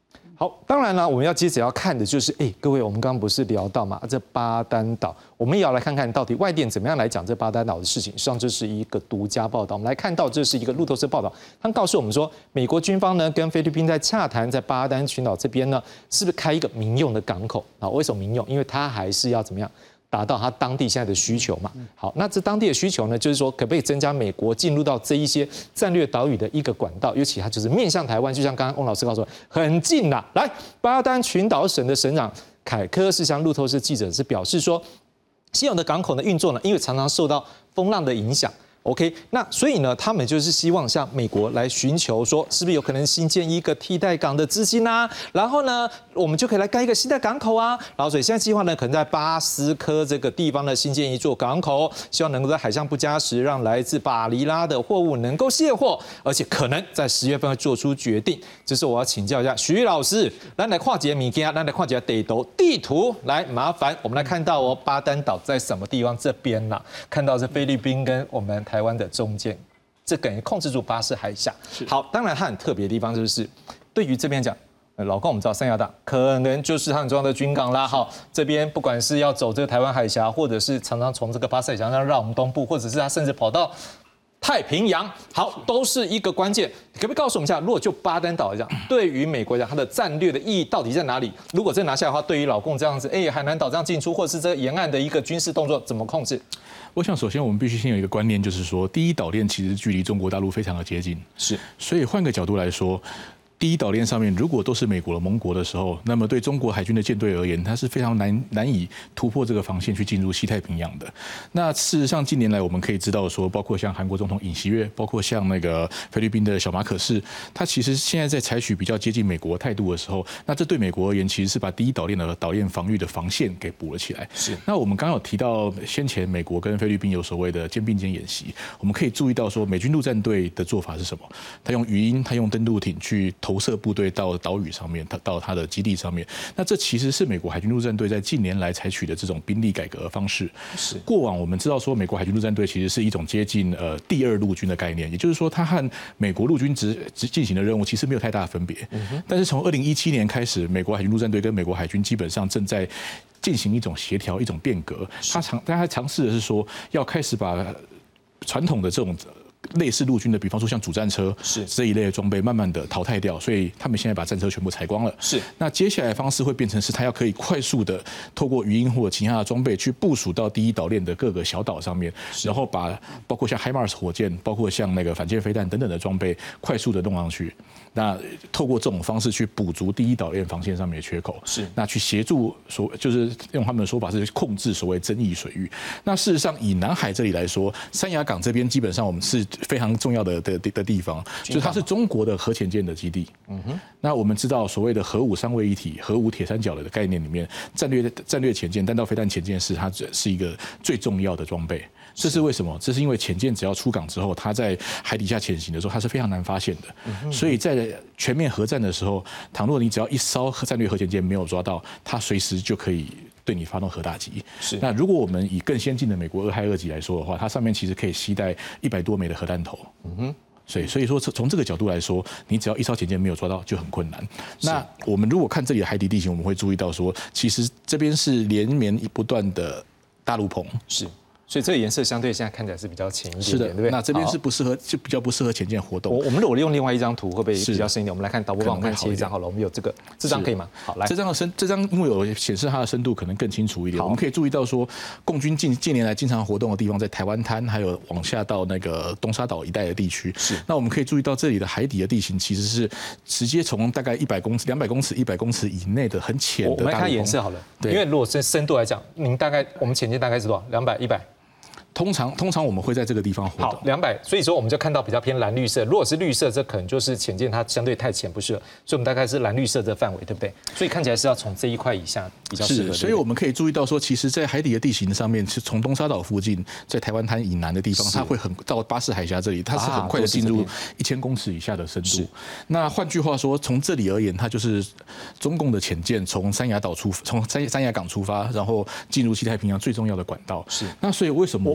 好，当然了，我们要接着要看的就是，各位，我们刚刚不是聊到嘛，这巴丹岛，我们也要来看看到底外电怎么样来讲这巴丹岛的事情。实际上，这是一个独家报道。我们来看到，这是一个路透社报道，他们告诉我们说，美国军方呢跟菲律宾在洽谈，在巴丹群岛这边呢，是不是开一个民用的港口啊？为什么民用？因为它还是要怎么样？达到它当地现在的需求嘛。好，那这当地的需求呢，就是说可不可以增加美国进入到这一些战略岛屿的一个管道，尤其它就是面向台湾，就像刚刚翁老师告诉我，很近啦。来，巴丹群岛省的省长凯科是向路透社记者是表示说，现有的港口的运作呢，因为常常受到风浪的影响。OK， 那所以呢，他们就是希望向美国来寻求说，是不是有可能新建一个替代港的资金啊？然后呢，我们就可以来盖一个新的港口啊。然后所以现在计划呢，可能在巴斯科这个地方呢新建一座港口，希望能够在海象不佳时，让来自马尼拉的货物能够卸货，而且可能在10月份会做出决定。这是我要请教一下徐老师，咱来看一下物件，咱来看一下地图，来麻烦我们来看到哦，巴丹岛在什么地方？这边啦，看到是菲律宾跟我们台湾的中间，这等于控制住巴士海峡。好，当然它很特别的地方就是，对于这边讲，老公我们知道三亚港可能就是它很重要的军港啦。好，这边不管是要走这个台湾海峡，或者是常常从这个巴士海峡上绕我们东部，或者是它甚至跑到太平洋，好，都是一个关键。可不可以告诉我们一下，如果就巴丹岛来讲，对于美国讲，它的战略的意义到底在哪里？如果真拿下的话，对于老共这样子，海南岛这样进出，或者是这个沿岸的一个军事动作，怎么控制？ 我想，首先我们必须先有一个观念，就是说，第一岛链其实距离中国大陆非常的接近， 是， 所以换个角度来说。第一岛链上面，如果都是美国的盟国的时候，那么对中国海军的舰队而言，它是非常难以突破这个防线去进入西太平洋的。那事实上，近年来我们可以知道说，包括像韩国总统尹锡悦，包括像那个菲律宾的小马可仕，他其实现在在采取比较接近美国态度的时候，那这对美国而言，其实是把第一岛链的岛链防御的防线给补了起来。 是。 那我们刚刚有提到，先前美国跟菲律宾有所谓的肩并肩演习，我们可以注意到说，美军陆战队的做法是什么？他用鱼鹰，他用登陆艇去投射部队到岛屿上面，到它的基地上面。那这其实是美国海军陆战队在近年来采取的这种兵力改革的方式。 是。 过往我们知道说，美国海军陆战队其实是一种接近第二陆军的概念，也就是说，它和美国陆军进行的任务其实没有太大的分别。但是从2017年开始，美国海军陆战队跟美国海军基本上正在进行一种协调、一种变革。他尝试的是说，要开始把传统的这种类似陆军的，比方说像主战车是这一类的装备，慢慢的淘汰掉，所以他们现在把战车全部裁光了。 是， 那接下来的方式会变成是，他要可以快速的透过鱼鹰或者其他的装备去部署到第一岛链的各个小岛上面，然后把包括像 HIMARS 火箭，包括像那个反舰飞弹等等的装备快速的弄上去。那透过这种方式去补足第一岛链防线上面的缺口， 是那去协助就是用他们的说法是控制所谓争议水域。那事实上以南海这里来说，三亚港这边基本上我们是非常重要的地方，就是它是中国的核潜舰的基地。那我们知道所谓的核武三位一体、核武铁三角的概念里面，战略潜舰、弹道飞弹潜舰它是一个最重要的装备。这是为什么？这是因为潜舰只要出港之后，它在海底下潜行的时候，它是非常难发现的。所以在全面核战的时候，倘若你只要一艘战略核潜舰没有抓到，它随时就可以对你发动核打击。 是。 那如果我们以更先进的美国2害2级来说的话，它上面其实可以携带100多枚的核弹头。所以说从这个角度来说，你只要一艘潜舰没有抓到就很困难。那我们如果看这里的海底地形，我们会注意到说，其实这边是连绵不断的大陆棚。 是。所以这个颜色相对现在看起来是比较浅一点点，对不对？ 那这边是不适合，就比较不适合潜舰活动。 我们如果用另外一张图，会不会比较深一点？我们来看导播帮我们看切一张好了。我们有这张可以吗？好，来， 这张因为有显示它的深度可能更清楚一点。我们可以注意到说，共军近年来经常活动的地方在台湾滩，还有往下到那个东沙岛一带的地区。 是。 那我们可以注意到这里的海底的地形其实是直接从大概100公尺、200公尺、100公尺以内的很浅的。 我们来看颜色好了，因为如果是深度来讲，您大概我们潜舰大概是多少？200、100。 通常我们会在这个地方活动。 好，200，所以说我们就看到比较偏蓝绿色。如果是绿色，这可能就是潜舰它相对太浅不适合，所以我们大概是蓝绿色的范围，对不对？所以看起来是要从这一块以下比较适合。 所以我们可以注意到说，其实，在海底的地形上面，是从东沙岛附近，在台湾滩以南的地方，它会到巴士海峡这里，它是很快的进入1000公尺以下的深度。那换句话说，从这里而言，它就是中共的潜舰从三亚港出发，然后进入西太平洋最重要的管道。 是。 那所以为什么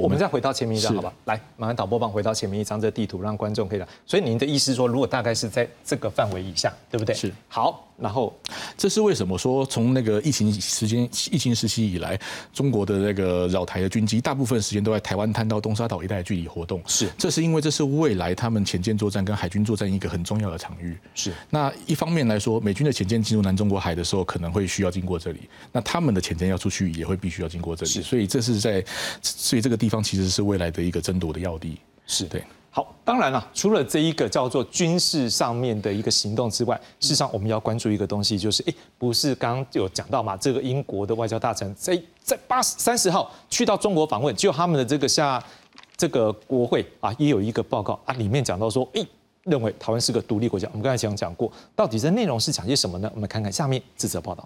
我们再回到前面一张，好吧？来，麻烦导播帮回到前面一张这地图，让观众可以了。所以您的意思说，如果大概是在这个范围以下，对不对？ 是。 好，然后这是为什么说从那个疫情时期以来，中国的那个扰台的军机，大部分时间都在台湾滩到东沙岛一带的距离活动。 是， 这是因为这是未来他们潜舰作战跟海军作战一个很重要的场域。 是。 那一方面来说，美军的潜舰进入南中国海的时候，可能会需要经过这里；那他们的潜舰要出去，也会必须要经过这里。所以这个地方其实是未来的一个争夺的要地。 是对。 好，当然了，除了这一个叫做军事上面的一个行动之外，事实上我们要关注一个东西，就是不是刚刚有讲到嘛？这个英国的外交大臣在30号去到中国访问，就他们的这个国会啊，也有一个报告啊，里面讲到说，认为台湾是个独立国家。我们刚才讲过，到底这内容是讲些什么呢？我们看看下面这则报道。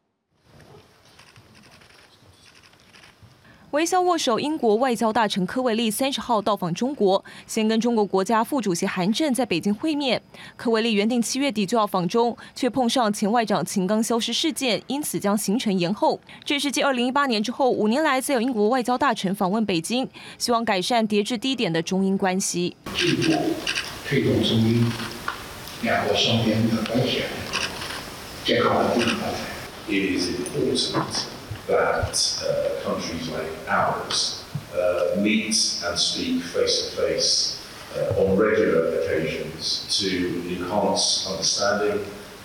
微笑握手，英国外交大臣科维利30号到访中国，先跟中国国家副主席韩正在北京会面。科维利原定7月底就要访中，却碰上前外长秦刚消失事件，因此将行程延后。这是继2018年之后5年来再有英国外交大臣访问北京，希望改善跌至低点的中英关系。 进一步推动中英两国双边的关系健康稳定发展。It is important that countries like ours meet and speak face to face on regular occasions to enhance understanding,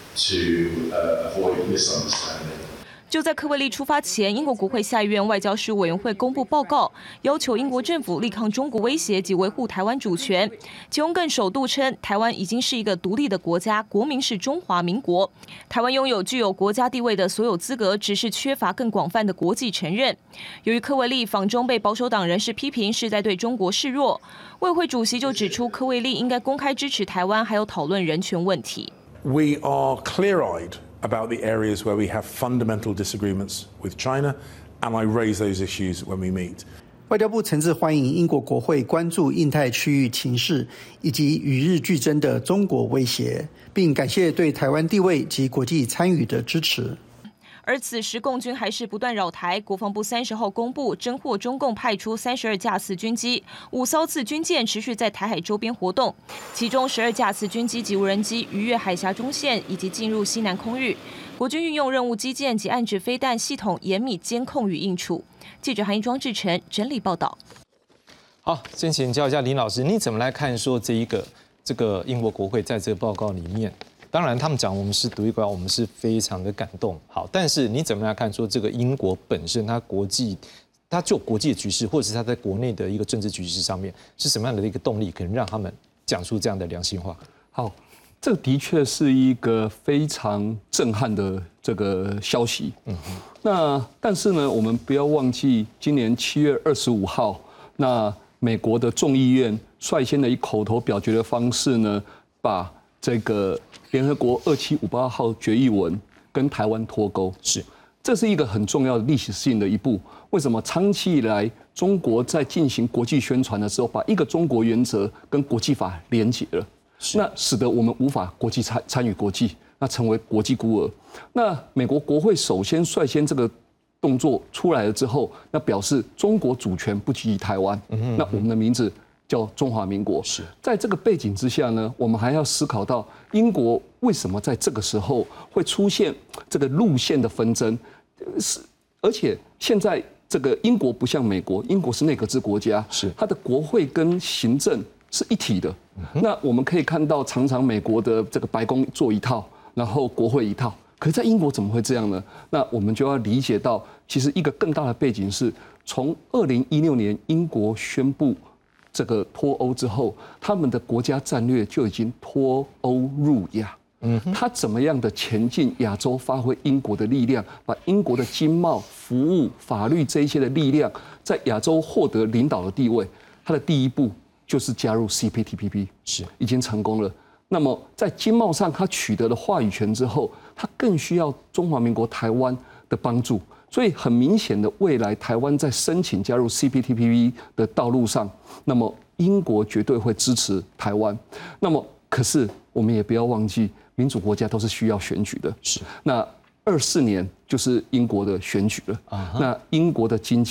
to avoid misunderstanding. 就在科维利出发前，英国国会下议院外交事务委员会公布报告，要求英国政府力抗中国威胁及维护台湾主权。其中更首度称，台湾已经是一个独立的国家，国名是中华民国。台湾拥有具有国家地位的所有资格，只是缺乏更广泛的国际承认。由于科维利访中被保守党人士批评是在对中国示弱，卫会主席就指出，科维利应该公开支持台湾，还有讨论人权问题。 We are clear-eyed about the areas where we have fundamental disagreements with China, and I raise those issues when we meet. 外交部诚挚欢迎英国国会关注印太区域情势以及与日俱增的中国威胁，并感谢对台湾地位及国际参与的支持。 而此时共军还是不断扰台，国防部30号公布侦获中共派出32架次军机，5艘次军舰持续在台海周边活动，其中12架次军机及无人机逾越海峡中线以及进入西南空域。国军运用任务机舰及岸指飞弹系统严密监控与应处。记者韩一庄志成整理报道。 好，先请教一下林老师，你怎么来看说这个英国国会在这个报告里面？当然，他们讲我们是独立国家，我们是非常的感动。好，但是你怎么来看说这个英国本身它就国际的局势，或者是它在国内的一个政治局势上面，是什么样的一个动力，可能让他们讲出这样的良心话？ 好，这的确是一个非常震撼的这个消息。那但是呢，我们不要忘记，今年7月25号，那美国的众议院率先的以口头表决的方式呢，把这个联合国2758号决议文跟台湾脱钩，这是一个很重要的历史性的一步。为什么长期以来中国在进行国际宣传的时候，把一个中国原则跟国际法连结了，那使得我们无法国际参与国际，那成为国际孤儿。那美国国会首先率先这个动作出来了之后，那表示中国主权不基于台湾，那我们的名字叫中华民国。在这个背景之下呢，我们还要思考到英国为什么在这个时候会出现这个路线的纷争，而且现在这个英国不像美国，英国是内阁制国家，它的国会跟行政是一体的。那我们可以看到，常常美国的这个白宫做一套，然后国会一套。可是，在英国怎么会这样呢？那我们就要理解到，其实一个更大的背景是，从2016年英国宣布这个脱欧之后，他们的国家战略就已经脱欧入亚。他怎么样的前进亚洲，发挥英国的力量，把英国的经贸、服务、法律这一些的力量，在亚洲获得领导的地位。他的第一步就是加入 CPTPP， 已经成功了。那么在经贸上，他取得了话语权之后，他更需要中华民国台湾的帮助。所以很明显的，未来台湾在申请加入 CPTPP 的道路上，那么英国绝对会支持台湾。那么，可是我们也不要忘记，民主国家都是需要选举的。那24年就是英国的选举了。那英国的经济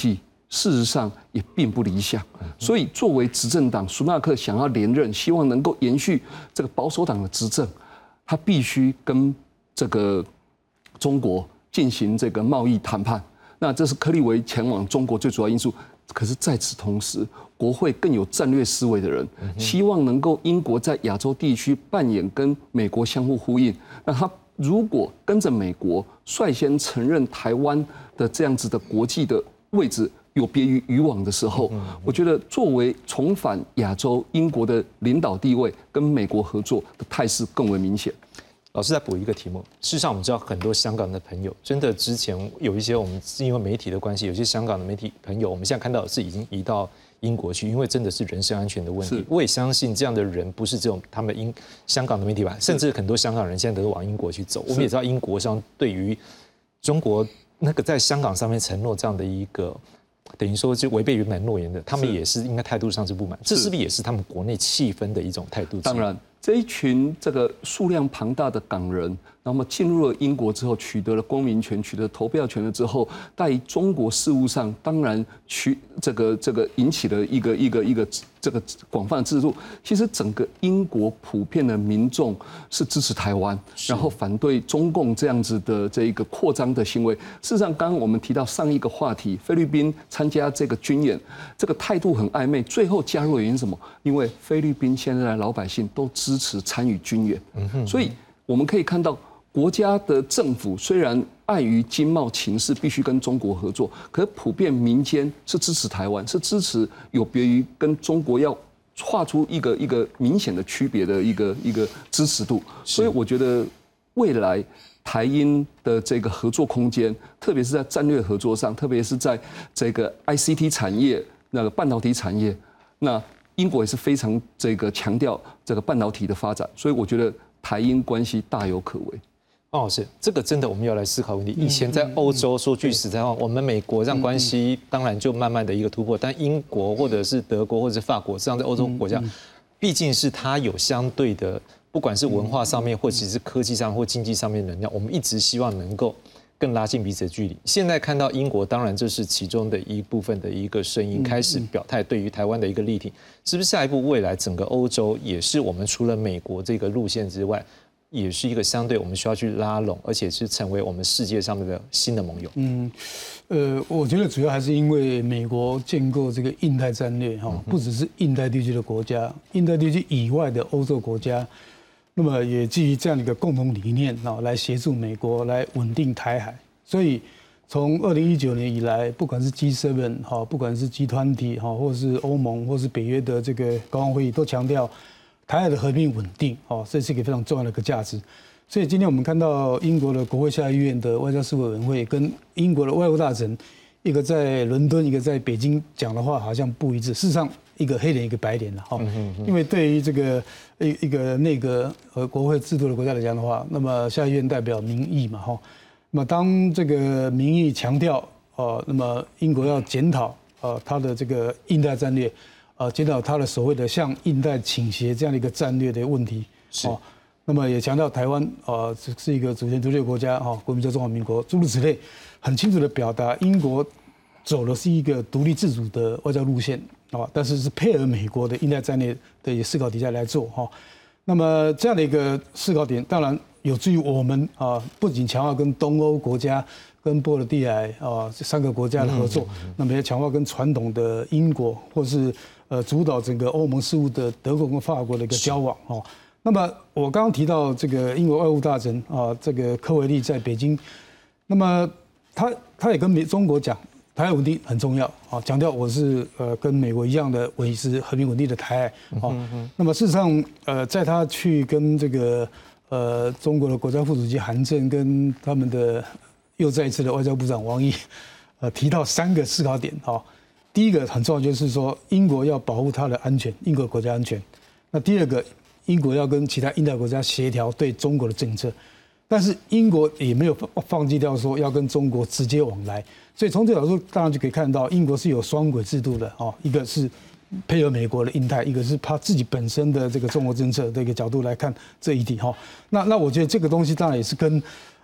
事实上也并不理想。所以作为执政党，苏纳克想要连任，希望能够延续这个保守党的执政，他必须跟这个中国进行这个贸易谈判。那这是柯立维前往中国最主要因素。可是在此同时，国会更有战略思维的人，希望能够英国在亚洲地区扮演跟美国相互呼应。那他如果跟着美国率先承认台湾的这样子的国际的位置有别于以往的时候，我觉得作为重返亚洲，英国的领导地位跟美国合作的态势更为明显。 老师再补一个题目。事实上，我们知道很多香港的朋友，真的之前有一些我们因为媒体的关系，有些香港的媒体朋友，我们现在看到的是已经移到英国去，因为真的是人身安全的问题。我也相信这样的人不是只有他们香港的媒体吧，甚至很多香港人现在都往英国去走。我们也知道英国上对于中国那个在香港上面承诺这样的一个，等于说就违背原本诺言的，他们也是应该态度上是不满。这是不是也是他们国内气氛的一种态度？ 当然。这一群这个数量庞大的港人，那么进入了英国之后，取得了公民权、取得投票权了之后，在中国事务上，当然这个引起了一个这个广泛的制度。其实整个英国普遍的民众是支持台湾，然后反对中共这样子的这一个扩张的行为。事实上，刚刚我们提到上一个话题，菲律宾参加这个军演，这个态度很暧昧，最后加入的原因是什么？因为菲律宾现在的老百姓都支持参与军演，所以我们可以看到，国家的政府虽然碍于经贸情势必须跟中国合作，可是普遍民间是支持台湾，是支持有别于跟中国要画出一个明显的区别的一个支持度。所以我觉得未来台英的这个合作空间，特别是在战略合作上，特别是在这个 ICT 产业、那个半导体产业，那英国也是非常这个强调这个半导体的发展，所以我觉得台英关系大有可为。 方老师，这个真的我们要来思考问题。以前在欧洲，说句实在话，我们美国这样关系当然就慢慢的一个突破，但英国或者是德国或者是法国这样的欧洲国家，毕竟是它有相对的，不管是文化上面，或者是科技上或经济上面的能量，我们一直希望能够更拉近彼此的距离。现在看到英国，当然这是其中的一部分的一个声音，开始表态对于台湾的一个力挺，是不是下一步未来整个欧洲也是我们除了美国这个路线之外，也是一个相对我们需要去拉拢，而且是成为我们世界上面的新的盟友？ 我觉得主要还是因为美国建构这个印太战略哈，不只是印太地区的国家，印太地区以外的欧洲国家。那么也基于这样的一个共同理念啊，来协助美国来稳定台海。所以从2019年以来，不管是 G7 哈，不管是集团体哈，或是欧盟，或是北约的这个高峰会议，都强调台海的和平稳定哦，这是一个非常重要的一个价值。所以今天我们看到英国的国会下议院的外交事务委员会跟英国的外务大臣，一个在伦敦，一个在北京讲的话好像不一致。事实上，一个黑脸，一个白脸了哈。因为对于这个一个内阁和国会制度的国家来讲的话，那么下议院代表民意嘛哈。那么当这个民意强调那么英国要检讨它的这个印太战略，检讨它的所谓的向印太倾斜这样的一个战略的问题。那么也强调台湾是一个主权独立的国家国民叫中华民国，诸如此类，很清楚的表达英国走的是一个独立自主的外交路线但是是配合美国的印太战略的思考底下来做那么这样的一个思考点，当然有助于我们不仅强化跟东欧国家、跟波罗的海这3个国家的合作，那么也强化跟传统的英国或是主导整个欧盟事务的德国跟法国的一个交往那么我刚刚提到这个英国外务大臣这个科维利在北京，那么他也跟中国讲，台海稳定很重要强调我是跟美国一样的维持和平稳定的台海那么事实上在他去跟这个中国的国家副主席韩正跟他们的又再一次的外交部长王毅提到3个思考点第一个很重要就是说英国要保护它的安全，英国国家安全。那第二个，英国要跟其他印太国家协调对中国的政策，但是英国也没有放弃掉说要跟中国直接往来，所以从这角度当然就可以看到英国是有双轨制度的一个是配合美国的印太，一个是他自己本身的这个中国政策的一个角度来看这一题那我觉得这个东西当然也是跟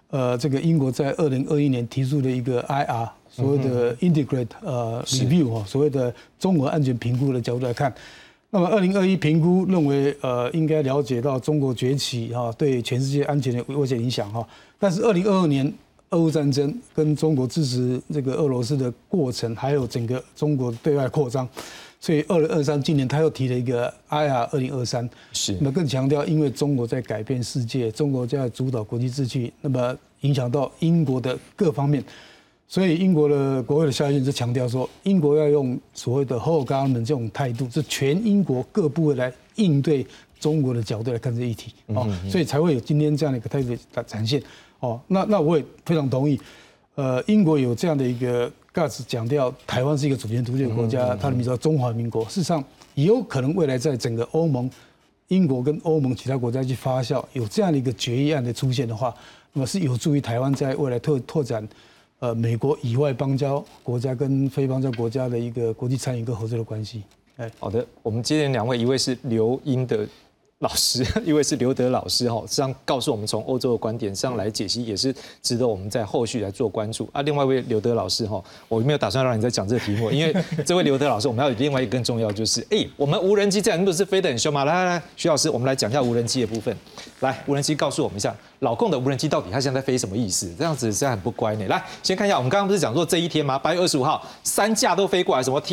这个英国在2021年提出的一个 IR 所谓的 Integrate Review 所谓的综合安全评估的角度来看，那么2021评估认为应该了解到中国崛起对全世界安全的威胁影响但是2022年俄乌战争跟中国支持这个俄罗斯的过程，还有整个中国对外扩张。所以2023今年他又提了一个 IR 2023，那么更强调，因为中国在改变世界，中国在主导国际秩序，那么影响到英国的各方面，所以英国的国会的下议院就强调说，英国要用所谓的 whole government 这种态度，是全英国各部位来应对中国的角度来看这议题所以才会有今天这样的一个态度的展现那我也非常同意，英国有这样的一个。Guts 强调台湾是一个主权独立的国家，它的名字叫中华民国。事实上，也有可能未来在整个欧盟、英国跟欧盟其他国家去发酵，有这样的一个决议案的出现的话，那么是有助于台湾在未来拓展美国以外邦交国家跟非邦交国家的一个国际参与跟合作的关系。 好的，我们接连两位，一位是刘英的老师，一位是刘德老师哈，这样告诉我们从欧洲的观点上来解析，也是值得我们在后续来做关注啊。另外一位刘德老师哈，我没有打算让你再讲这个题目，因为这位刘德老师，我们要有另外一个更重要，就是我们无人机这两天不是飞得很凶吗？来，徐老师，我们来讲一下无人机的部分。来，无人机告诉我们一下，老共的无人机到底它现在飞什么意思？这样子实在很不乖呢。来，先看一下，我们刚刚不是讲说这一天吗？8月25号，3架都飞过来，什么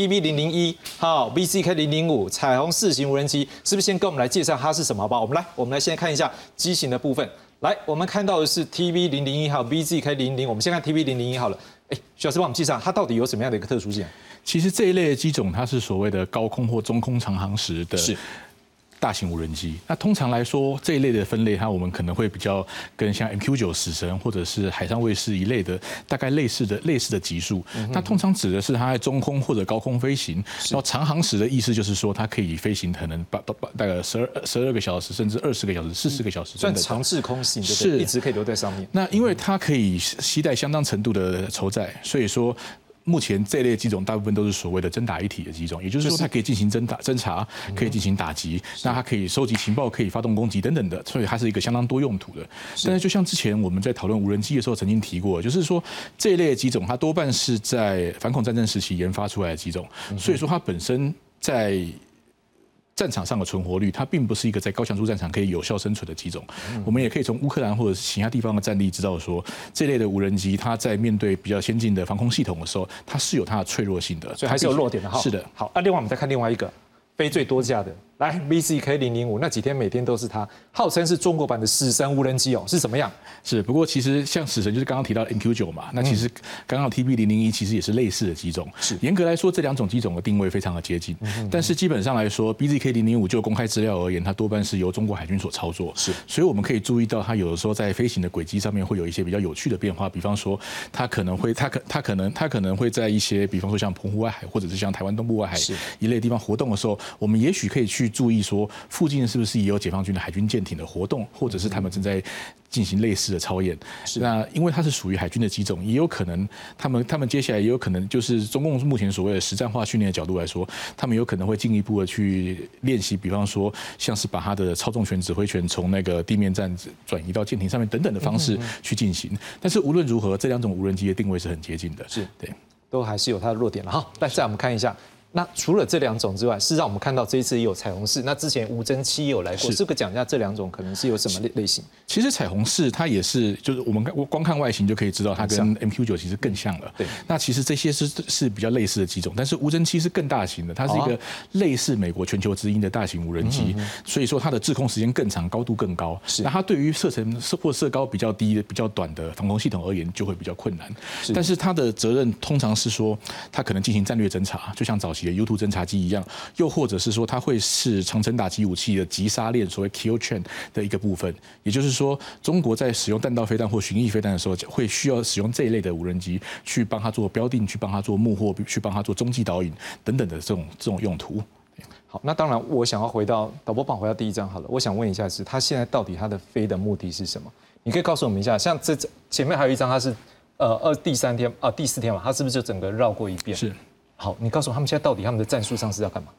TB001、VCK005、彩虹4型无人机，是不是先跟我们来介绍它是什么？好不好？我们来先看一下机型的部分。来，我们看到的是 TB001还有 VCK005，我们先看 TB001好了。徐老师帮我们介绍它到底有什么样的一个特殊性？ 其实这一类的机种，它是所谓的高空或中空长航时的。大型无人机，那通常来说这一类的分类，我们可能会比较跟像 MQ9 死神或者是海上卫士一类的大概类似的级数。那通常指的是它在中空或者高空飞行，然后长航时的意思就是说它可以飞行可能大概12个小时，甚至20个小时、40个小时， 算长滞空型，是一直可以留在上面。 那因为它可以携带相当程度的筹载，所以说。目前这类机种大部分都是所谓的真打一体的机种，也就是说它可以进行侦查，可以进行打击，那它可以收集情报，可以发动攻击等等的，所以它是一个相当多用途的。但是就像之前我们在讨论无人机的时候曾经提过，就是说这一类的机种它多半是在反恐战争时期研发出来的机种，所以说它本身在战场上的存活率，它并不是一个在高强度战场可以有效生存的机种。我们也可以从乌克兰或者是其他地方的战例知道说，这类的无人机，它在面对比较先进的防空系统的时候，它是有它的脆弱性的， 所以还是有弱点的哈。 是的。 好，另外我们再看另外一个飞最多架的，来 VCK005，那几天每天都是它，号称是中国版的死神无人机是什么样？ 是，不过其实像死神就是刚刚提到的 MQ9 嘛，那其实刚刚 TB001其实也是类似的机种。是，严格来说这两种机种的定位非常的接近，但是基本上来说 BZK005 就公开资料而言，它多半是由中国海军所操作。是，所以我们可以注意到它有的时候在飞行的轨迹上面会有一些比较有趣的变化，比方说它可能会在一些比方说像澎湖外海或者是像台湾东部外海一类地方活动的时候，我们也许可以去注意说附近是不是也有解放军的海军舰艇的活动，或者是他们正在进行类似的操演。那因为它是属于海军的机种，也有可能他们接下来也有可能就是中共目前所谓的实战化训练的角度来说，他们有可能会进一步的去练习，比方说像是把它的操纵权、指挥权从那个地面站转移到舰艇上面等等的方式去进行。但是无论如何，这两种无人机的定位是很接近的， 是对，都还是有它的弱点了哈。来，再我们看一下。那除了这两种之外，事实上我们看到这一次也有彩虹4，那之前无侦7也有来过，这个讲一下这两种可能是有什么类型？ 其实彩虹4它也是，就是我们光看外形就可以知道它跟 MQ9 其实更像了。对，那其实这些是比较类似的机种，但是无侦7是更大型的，它是一个类似美国全球之鹰的大型无人机，所以说它的滞空时间更长，高度更高。那它对于射程或射高比较低的、比较短的防空系统而言就会比较困难。但是它的责任通常是说，它可能进行战略侦察，就像早期的 U2 侦察机一样，又或者是说它会是长程打击武器的击杀链，所谓 kill chain 的一个部分。也就是说，中国在使用弹道飞弹或巡弋飞弹的时候，会需要使用这一类的无人机去帮它做标定，去帮它做目获，去帮它做踪迹导引等等的这种用途。 好，那当然，我想要回到导播帮回到第一张好了。我想问一下，是它现在到底它的飞的目的是什么？你可以告诉我们一下。像这前面还有一张，它是第4天嘛，它是不是就整个绕过一遍？ 是。 好，你告诉我他们现在到底他们的战术上是要干嘛？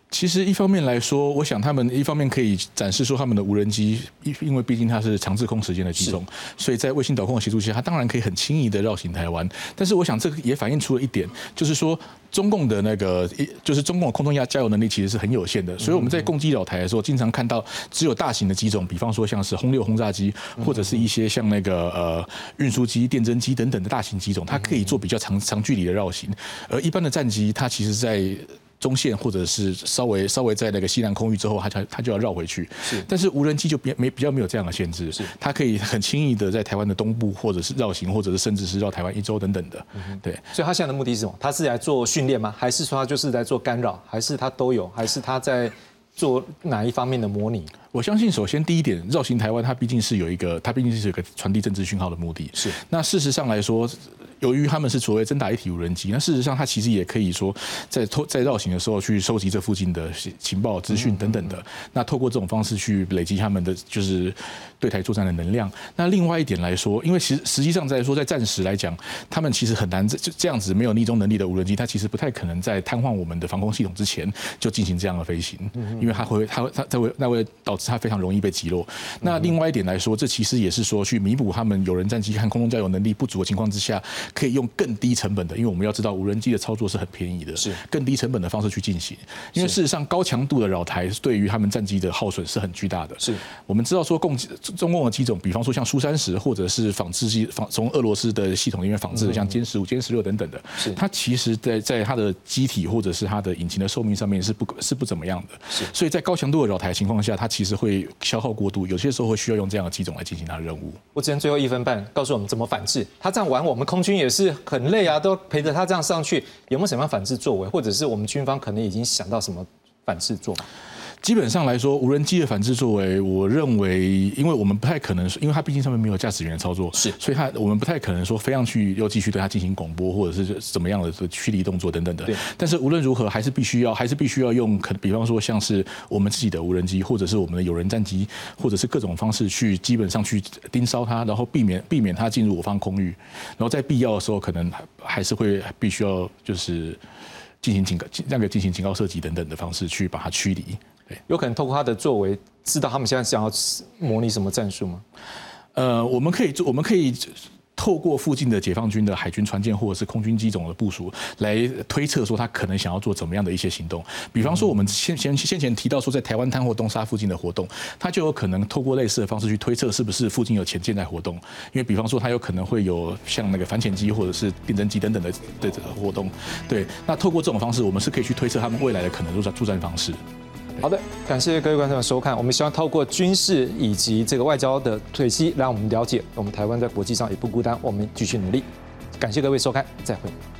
其实一方面来说，我想他们一方面可以展示说他们的无人机，因为毕竟它是长滞空时间的机种，所以在卫星导控的协助下，它当然可以很轻易的绕行台湾。但是我想这个也反映出了一点，就是说中共的就是中共的空中加油能力其实是很有限的，所以我们在攻击扰台的时候，经常看到只有大型的机种，比方说像是轰6轰炸机，或者是一些像运输机、电侦机等等的大型机种，它可以做比较长距离的绕行，而一般的战机它其实在中线或者是稍微在那个西南空域之后，它就要绕回去。但是无人机就比较没有这样的限制，它可以很轻易的在台湾的东部或者是绕行，或者是甚至是绕台湾1周等等的。对， 所以他现在的目的是什么？他是来做训练吗？还是说他就是在做干扰？还是他都有？还是他在做哪一方面的模拟？ 我相信，首先第一点，绕行台湾，它毕竟是有一个传递政治讯号的目的。是。那事实上来说，由于他们是所谓真打一体无人机，那事实上它其实也可以说在绕行的时候去收集这附近的情报资讯等等的。那透过这种方式去累积他们的就是对台作战的能量。那另外一点来说，因为实际上在战时来讲，他们其实很难这样子没有逆中能力的无人机，它其实不太可能在瘫痪我们的防空系统之前就进行这样的飞行，因为它会导致它非常容易被击落。那另外一点来说，这其实也是说去弥补他们有人战机和空中加油能力不足的情况之下，可以用更低成本的，因为我们要知道无人机的操作是很便宜的，是更低成本的方式去进行。因为事实上高强度的扰台对于他们战机的耗损是很巨大的。是我们知道说中共的机种，比方说像苏30或者是仿制机从俄罗斯的系统里面仿制的，像歼15、歼16等等的，它其实在它的机体或者是它的引擎的寿命上面是不怎么样的。所以在高强度的扰台的情况下，它其实会消耗过度，有些时候会需要用这样的机种来进行它的任务。 我只能最后1分半告诉我们怎么反制。他这样玩，我们空军也是很累啊，都陪着他这样上去，有没有什么样反制作为，或者是我们军方可能已经想到什么反制做法？ 基本上来说，无人机的反制作为，我认为，因为我们不太可能，因为它毕竟上面没有驾驶员的操作，所以我们不太可能说飞上去又继续对它进行广播或者是怎么样的驱离动作等等的。但是无论如何，还是必须要用，比方说像是我们自己的无人机，或者是我们的有人战机，或者是各种方式去基本上去盯梢它，然后避免它进入我方空域，然后在必要的时候，可能还是会必须要就是进行警告射击等等的方式去把它驱离。 有可能透过他的作为，知道他们现在想要模拟什么战术吗？ 我们可以透过附近的解放军的海军船舰或者是空军机种的部署，来推测说他可能想要做怎么样的一些行动。比方说，我们先前提到说，在台湾滩或东沙附近的活动，他就有可能透过类似的方式去推测是不是附近有潜舰在活动。因为比方说，他有可能会有像那个反潜机或者是电侦机等等的活动。对，那透过这种方式，我们是可以去推测他们未来的可能作战方式。 好的，感谢各位观众的收看。我们希望透过军事以及这个外交的推析，让我们了解我们台湾在国际上也不孤单。我们继续努力。感谢各位收看，再会。